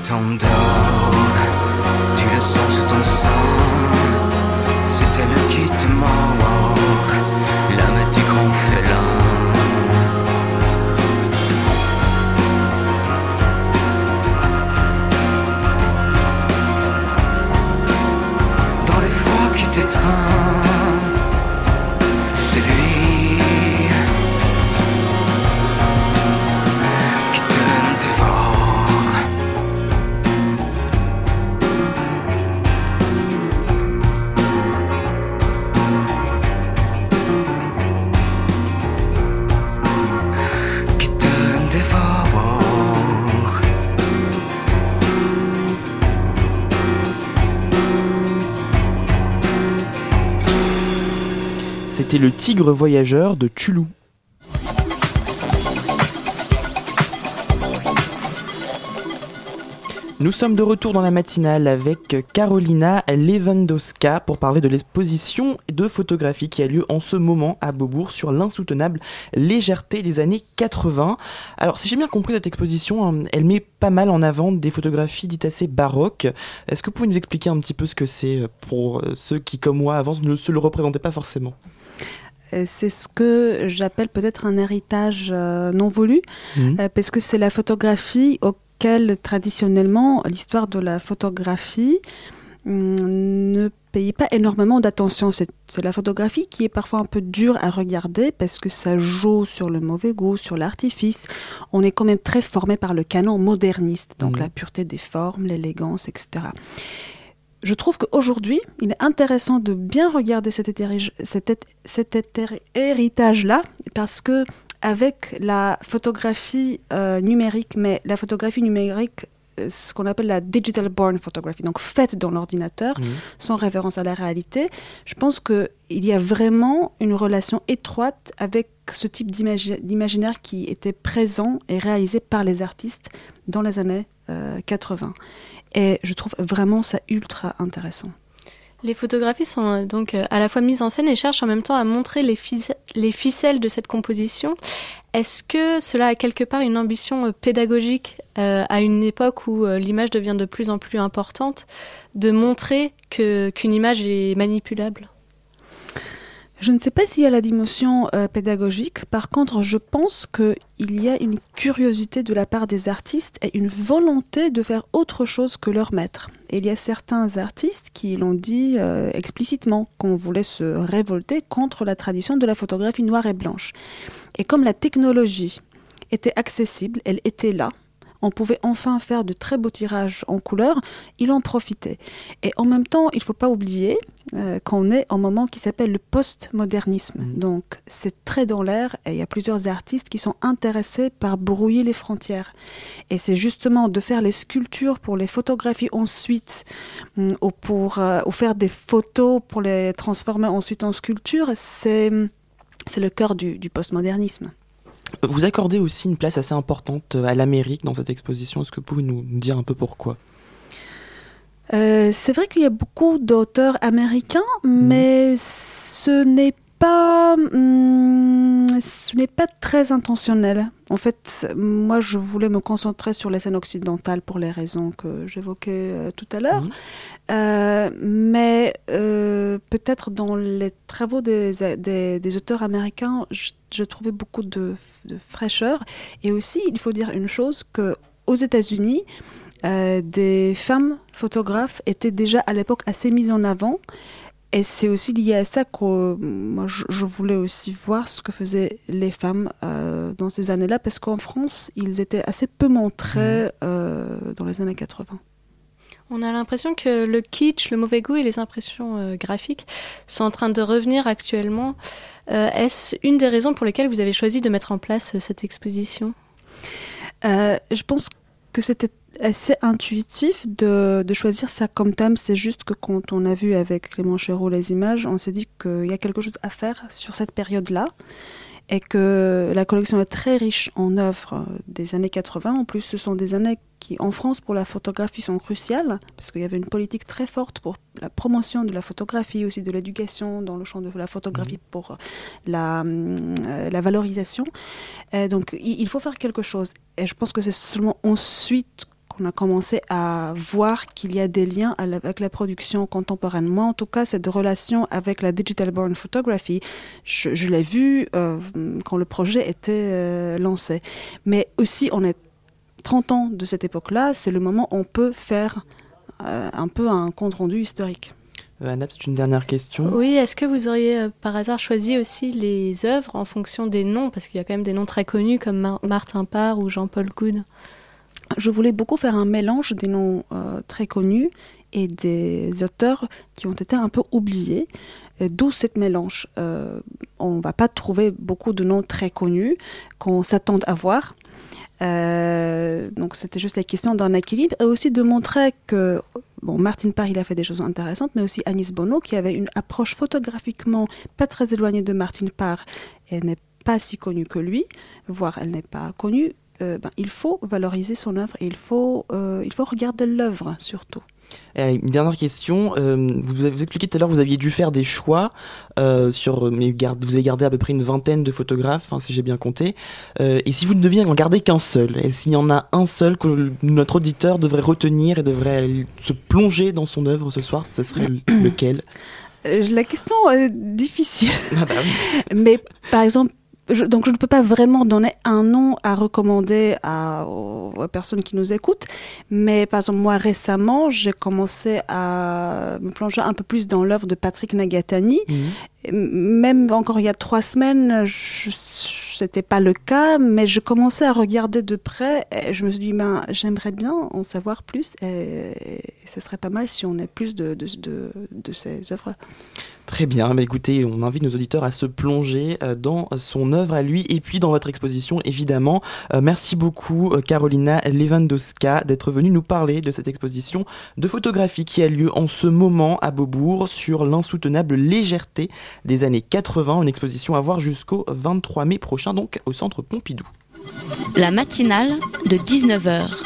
t'endors, tu le sens sous ton sang. C'est elle qui te mord, l'âme du grand félin. Dans l'effroi qui t'étreint, c'est lui qui te dévore. Qui te dévore. C'était le tigre voyageur de Tulou. Nous sommes de retour dans la matinale avec Carolina Lewandowska pour parler de l'exposition de photographie qui a lieu en ce moment à Beaubourg sur l'insoutenable légèreté des années quatre-vingts. Alors si j'ai bien compris cette exposition, elle met pas mal en avant des photographies dites assez baroques. Est-ce que vous pouvez nous expliquer un petit peu ce que c'est pour ceux qui comme moi avant ne se le représentaient pas forcément ? C'est ce que j'appelle peut-être un héritage euh, non voulu, mmh. euh, parce que c'est la photographie auquel traditionnellement l'histoire de la photographie hum, ne payait pas énormément d'attention. C'est, c'est la photographie qui est parfois un peu dure à regarder parce que ça joue sur le mauvais goût, sur l'artifice. On est quand même très formé par le canon moderniste, donc mmh. la pureté des formes, l'élégance, et cetera. Je trouve qu'aujourd'hui, il est intéressant de bien regarder cet, héri- cet, cet héri- héritage-là, parce que avec la photographie euh, numérique, mais la photographie numérique, euh, ce qu'on appelle la digital born photography, donc faite dans l'ordinateur, mmh. sans référence à la réalité, je pense qu'il y a vraiment une relation étroite avec ce type d'imagi- d'imaginaire qui était présent et réalisé par les artistes dans les années euh, quatre-vingts. Et je trouve vraiment ça ultra intéressant. Les photographies sont donc à la fois mises en scène et cherchent en même temps à montrer les, fic- les ficelles de cette composition. Est-ce que cela a quelque part une ambition pédagogique euh, à une époque où euh, l'image devient de plus en plus importante, de montrer que, qu'une image est manipulable ? Je ne sais pas s'il y a la dimension euh, pédagogique. Par contre, je pense qu'il y a une curiosité de la part des artistes et une volonté de faire autre chose que leur maître. Et il y a certains artistes qui l'ont dit euh, explicitement, qu'on voulait se révolter contre la tradition de la photographie noire et blanche. Et comme la technologie était accessible, elle était là, on pouvait enfin faire de très beaux tirages en couleur, il en profitait. Et en même temps, il ne faut pas oublier euh, qu'on est en un moment qui s'appelle le postmodernisme. Mmh. Donc c'est très dans l'air et il y a plusieurs artistes qui sont intéressés par brouiller les frontières. Et c'est justement de faire les sculptures pour les photographier ensuite, hum, ou, pour, euh, ou faire des photos pour les transformer ensuite en sculptures, c'est, c'est le cœur du, du postmodernisme. Vous accordez aussi une place assez importante à l'Amérique dans cette exposition. Est-ce que vous pouvez nous dire un peu pourquoi ? euh, C'est vrai qu'il y a beaucoup d'auteurs américains, mmh. mais ce n'est pas, hum, ce n'est pas très intentionnel. En fait, moi, je voulais me concentrer sur les scènes occidentales pour les raisons que j'évoquais euh, tout à l'heure. Mmh. Euh, mais euh, peut-être dans les travaux des, des, des auteurs américains, je, je trouvais beaucoup de, de fraîcheur. Et aussi, il faut dire une chose, qu'aux États-Unis, euh, des femmes photographes étaient déjà à l'époque assez mises en avant. Et c'est aussi lié à ça que moi, je, je voulais aussi voir ce que faisaient les femmes euh, dans ces années-là, parce qu'en France, ils étaient assez peu montrés mmh. euh, dans les années quatre-vingts. On a l'impression que le kitsch, le mauvais goût et les impressions euh, graphiques sont en train de revenir actuellement. Euh, est-ce une des raisons pour lesquelles vous avez choisi de mettre en place euh, cette exposition ? euh, Je pense que c'était assez intuitif de, de choisir ça comme thème. C'est juste que quand on a vu avec Clément Chéreau les images, on s'est dit qu'il y a quelque chose à faire sur cette période-là et que la collection est très riche en œuvres des années quatre-vingts. En plus, ce sont des années qui, en France, pour la photographie, sont cruciales parce qu'il y avait une politique très forte pour la promotion de la photographie, aussi de l'éducation dans le champ de la photographie pour la, euh, la valorisation. Et donc, il, il faut faire quelque chose. Et je pense que c'est seulement ensuite qu'on a commencé à voir qu'il y a des liens avec la production contemporaine. Moi, en tout cas, cette relation avec la Digital Born Photography, je, je l'ai vue euh, quand le projet était euh, lancé. Mais aussi, on est trente ans de cette époque-là, c'est le moment où on peut faire euh, un peu un compte-rendu historique. Euh, Anna, peut-être une dernière question. Oui, est-ce que vous auriez euh, par hasard choisi aussi les œuvres en fonction des noms, parce qu'il y a quand même des noms très connus comme Mar- Martin Parr ou Jean-Paul Goude? Je voulais beaucoup faire un mélange des noms euh, très connus et des auteurs qui ont été un peu oubliés, euh, d'où cette mélange. Euh, on ne va pas trouver beaucoup de noms très connus qu'on s'attend à voir. Euh, donc c'était juste la question d'un équilibre et aussi de montrer que bon, Martin Parr il a fait des choses intéressantes, mais aussi Anis Bono qui avait une approche photographiquement pas très éloignée de Martin Parr. Elle n'est pas si connue que lui, voire elle n'est pas connue. Euh, ben, il faut valoriser son œuvre et il faut, euh, il faut regarder l'œuvre surtout. Et allez, une dernière question. Euh, vous avez expliqué tout à l'heure que vous aviez dû faire des choix euh, sur, mais garde, vous avez gardé à peu près une vingtaine de photographes, hein, si j'ai bien compté. Euh, et si vous ne deviez en garder qu'un seul, et s'il y en a un seul que notre auditeur devrait retenir et devrait se plonger dans son œuvre ce soir, ce serait lequel? euh, La question est difficile. Ah bah oui. Mais par exemple, Je, donc je ne peux pas vraiment donner un nom à recommander à, aux, aux personnes qui nous écoutent, mais par exemple moi récemment j'ai commencé à me plonger un peu plus dans l'œuvre de Patrick Nagatani. Mmh. Même encore il y a trois semaines, je, c'était pas le cas, mais je commençais à regarder de près et je me suis dit ben, j'aimerais bien en savoir plus et, et ce serait pas mal si on ait plus de, de, de, de ces œuvres. Très bien, bah écoutez, on invite nos auditeurs à se plonger dans son œuvre à lui et puis dans votre exposition évidemment. Euh, merci beaucoup Karolina Lewandowska d'être venue nous parler de cette exposition de photographie qui a lieu en ce moment à Beaubourg sur l'insoutenable légèreté des années quatre-vingts, une exposition à voir jusqu'au vingt-trois mai prochain donc au Centre Pompidou. La matinale de dix-neuf heures.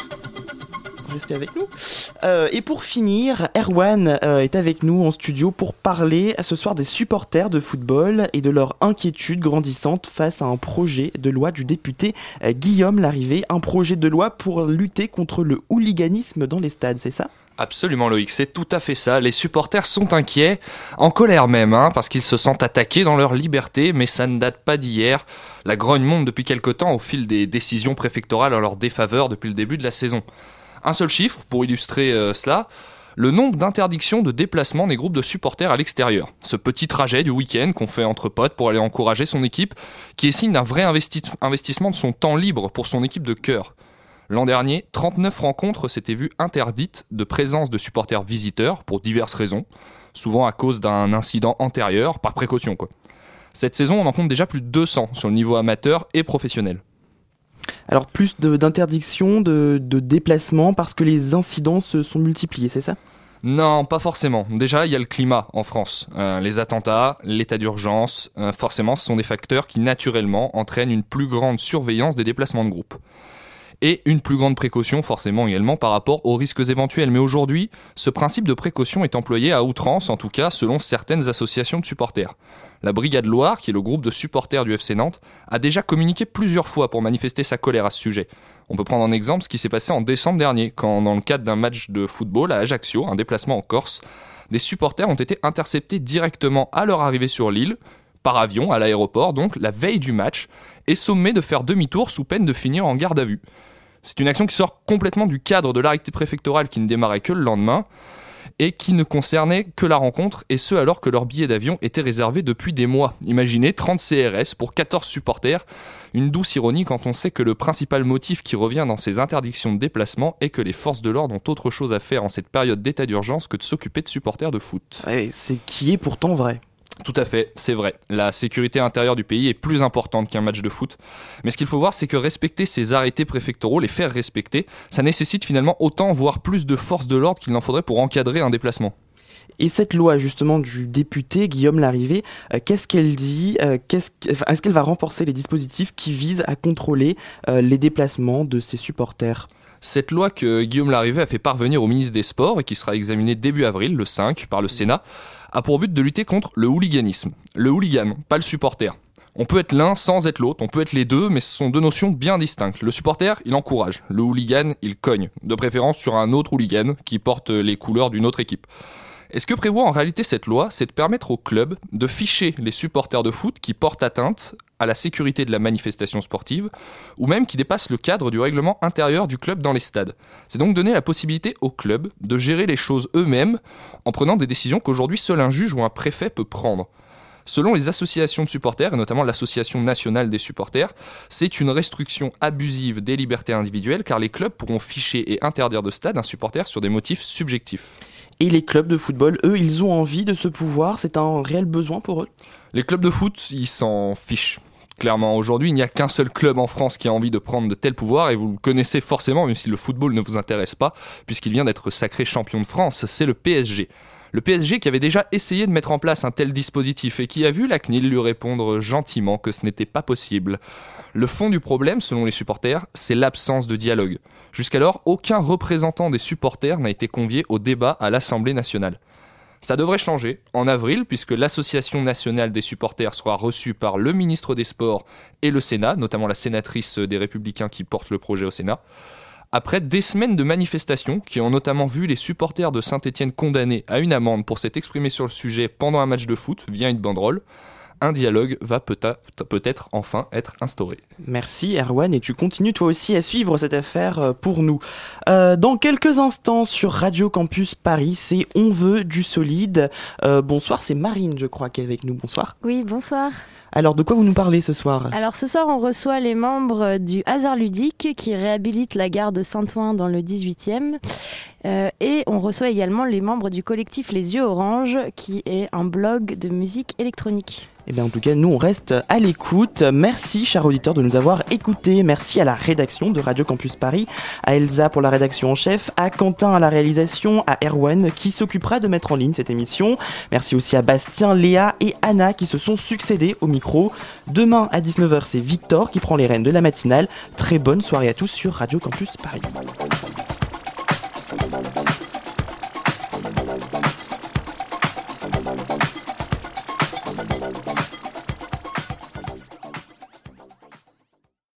Restez avec nous. Euh, et pour finir, Erwan euh, est avec nous en studio pour parler ce soir des supporters de football et de leur inquiétude grandissante face à un projet de loi du député euh, Guillaume Larrivé, un projet de loi pour lutter contre le hooliganisme dans les stades, c'est ça ? Absolument Loïc, c'est tout à fait ça. Les supporters sont inquiets, en colère même, hein, parce qu'ils se sentent attaqués dans leur liberté, mais ça ne date pas d'hier. La grogne monte depuis quelque temps au fil des décisions préfectorales en leur défaveur depuis le début de la saison. Un seul chiffre pour illustrer euh, cela, le nombre d'interdictions de déplacement des groupes de supporters à l'extérieur. Ce petit trajet du week-end qu'on fait entre potes pour aller encourager son équipe, qui est signe d'un vrai investi- investissement de son temps libre pour son équipe de cœur. L'an dernier, trente-neuf rencontres s'étaient vues interdites de présence de supporters visiteurs pour diverses raisons, souvent à cause d'un incident antérieur, par précaution quoi. Cette saison, on en compte déjà plus de deux cents sur le niveau amateur et professionnel. Alors plus de, d'interdictions, de, de déplacements, parce que les incidents se sont multipliés, c'est ça ? Non, pas forcément. Déjà, il y a le climat en France. Euh, les attentats, l'état d'urgence, euh, forcément, ce sont des facteurs qui, naturellement, entraînent une plus grande surveillance des déplacements de groupe. Et une plus grande précaution, forcément, également, par rapport aux risques éventuels. Mais aujourd'hui, ce principe de précaution est employé à outrance, en tout cas, selon certaines associations de supporters. La Brigade Loire, qui est le groupe de supporters du F C Nantes, a déjà communiqué plusieurs fois pour manifester sa colère à ce sujet. On peut prendre en exemple ce qui s'est passé en décembre dernier, quand dans le cadre d'un match de football à Ajaccio, un déplacement en Corse, des supporters ont été interceptés directement à leur arrivée sur l'île, par avion, à l'aéroport, donc la veille du match, et sommés de faire demi-tour sous peine de finir en garde à vue. C'est une action qui sort complètement du cadre de l'arrêté préfectoral qui ne démarrait que le lendemain, et qui ne concernait que la rencontre, et ce alors que leur billet d'avion était réservé depuis des mois. Imaginez trente C R S pour quatorze supporters, une douce ironie quand on sait que le principal motif qui revient dans ces interdictions de déplacement est que les forces de l'ordre ont autre chose à faire en cette période d'état d'urgence que de s'occuper de supporters de foot. Ouais, c'est qui est pourtant vrai. Tout à fait, c'est vrai. La sécurité intérieure du pays est plus importante qu'un match de foot. Mais ce qu'il faut voir, c'est que respecter ces arrêtés préfectoraux, les faire respecter, ça nécessite finalement autant, voire plus de forces de l'ordre qu'il n'en faudrait pour encadrer un déplacement. Et cette loi justement du député Guillaume Larrivé, euh, qu'est-ce qu'elle dit euh, qu'est-ce qu'... enfin, Est-ce qu'elle va renforcer les dispositifs qui visent à contrôler euh, les déplacements de ses supporters ? Cette loi que Guillaume Larrivé a fait parvenir au ministre des Sports et qui sera examinée début avril, le cinq, par le Sénat, a pour but de lutter contre le hooliganisme. Le hooligan, pas le supporter. On peut être l'un sans être l'autre, on peut être les deux, mais ce sont deux notions bien distinctes. Le supporter, il encourage. Le hooligan, il cogne. De préférence sur un autre hooligan qui porte les couleurs d'une autre équipe. Et ce que prévoit en réalité cette loi, c'est de permettre aux clubs de ficher les supporters de foot qui portent atteinte à la sécurité de la manifestation sportive, ou même qui dépassent le cadre du règlement intérieur du club dans les stades. C'est donc donner la possibilité aux clubs de gérer les choses eux-mêmes en prenant des décisions qu'aujourd'hui seul un juge ou un préfet peut prendre. Selon les associations de supporters, et notamment l'Association nationale des supporters, c'est une restriction abusive des libertés individuelles car les clubs pourront ficher et interdire de stade un supporter sur des motifs subjectifs. Et les clubs de football, eux, ils ont envie de ce pouvoir, c'est un réel besoin pour eux? Les clubs de foot, ils s'en fichent. Clairement, aujourd'hui, il n'y a qu'un seul club en France qui a envie de prendre de tels pouvoirs, et vous le connaissez forcément, même si le football ne vous intéresse pas, puisqu'il vient d'être sacré champion de France, c'est le P S G. Le P S G qui avait déjà essayé de mettre en place un tel dispositif et qui a vu la C N I L lui répondre gentiment que ce n'était pas possible. Le fond du problème, selon les supporters, c'est l'absence de dialogue. Jusqu'alors, aucun représentant des supporters n'a été convié au débat à l'Assemblée nationale. Ça devrait changer en avril, puisque l'Association nationale des supporters sera reçue par le ministre des Sports et le Sénat, notamment la sénatrice des Républicains qui porte le projet au Sénat. Après des semaines de manifestations qui ont notamment vu les supporters de Saint-Étienne condamnés à une amende pour s'être exprimés sur le sujet pendant un match de foot via une banderole, un dialogue va peut-être, peut-être enfin être instauré. Merci Erwan, et tu continues toi aussi à suivre cette affaire pour nous. Euh, dans quelques instants sur Radio Campus Paris, c'est On veut du solide. Euh, bonsoir, c'est Marine je crois qui est avec nous, bonsoir. Oui, bonsoir. Alors de quoi vous nous parlez ce soir? Alors ce soir on reçoit les membres du Hasard Ludique qui réhabilite la gare de Saint-Ouen dans le dix-huitième. Euh, et on reçoit également les membres du collectif Les Yeux Orange qui est un blog de musique électronique. Eh bien, en tout cas, nous, on reste à l'écoute. Merci, chers auditeurs, de nous avoir écoutés. Merci à la rédaction de Radio Campus Paris, à Elsa pour la rédaction en chef, à Quentin à la réalisation, à Erwan qui s'occupera de mettre en ligne cette émission. Merci aussi à Bastien, Léa et Anna qui se sont succédés au micro. Demain, à dix-neuf heures, c'est Victor qui prend les rênes de la matinale. Très bonne soirée à tous sur Radio Campus Paris.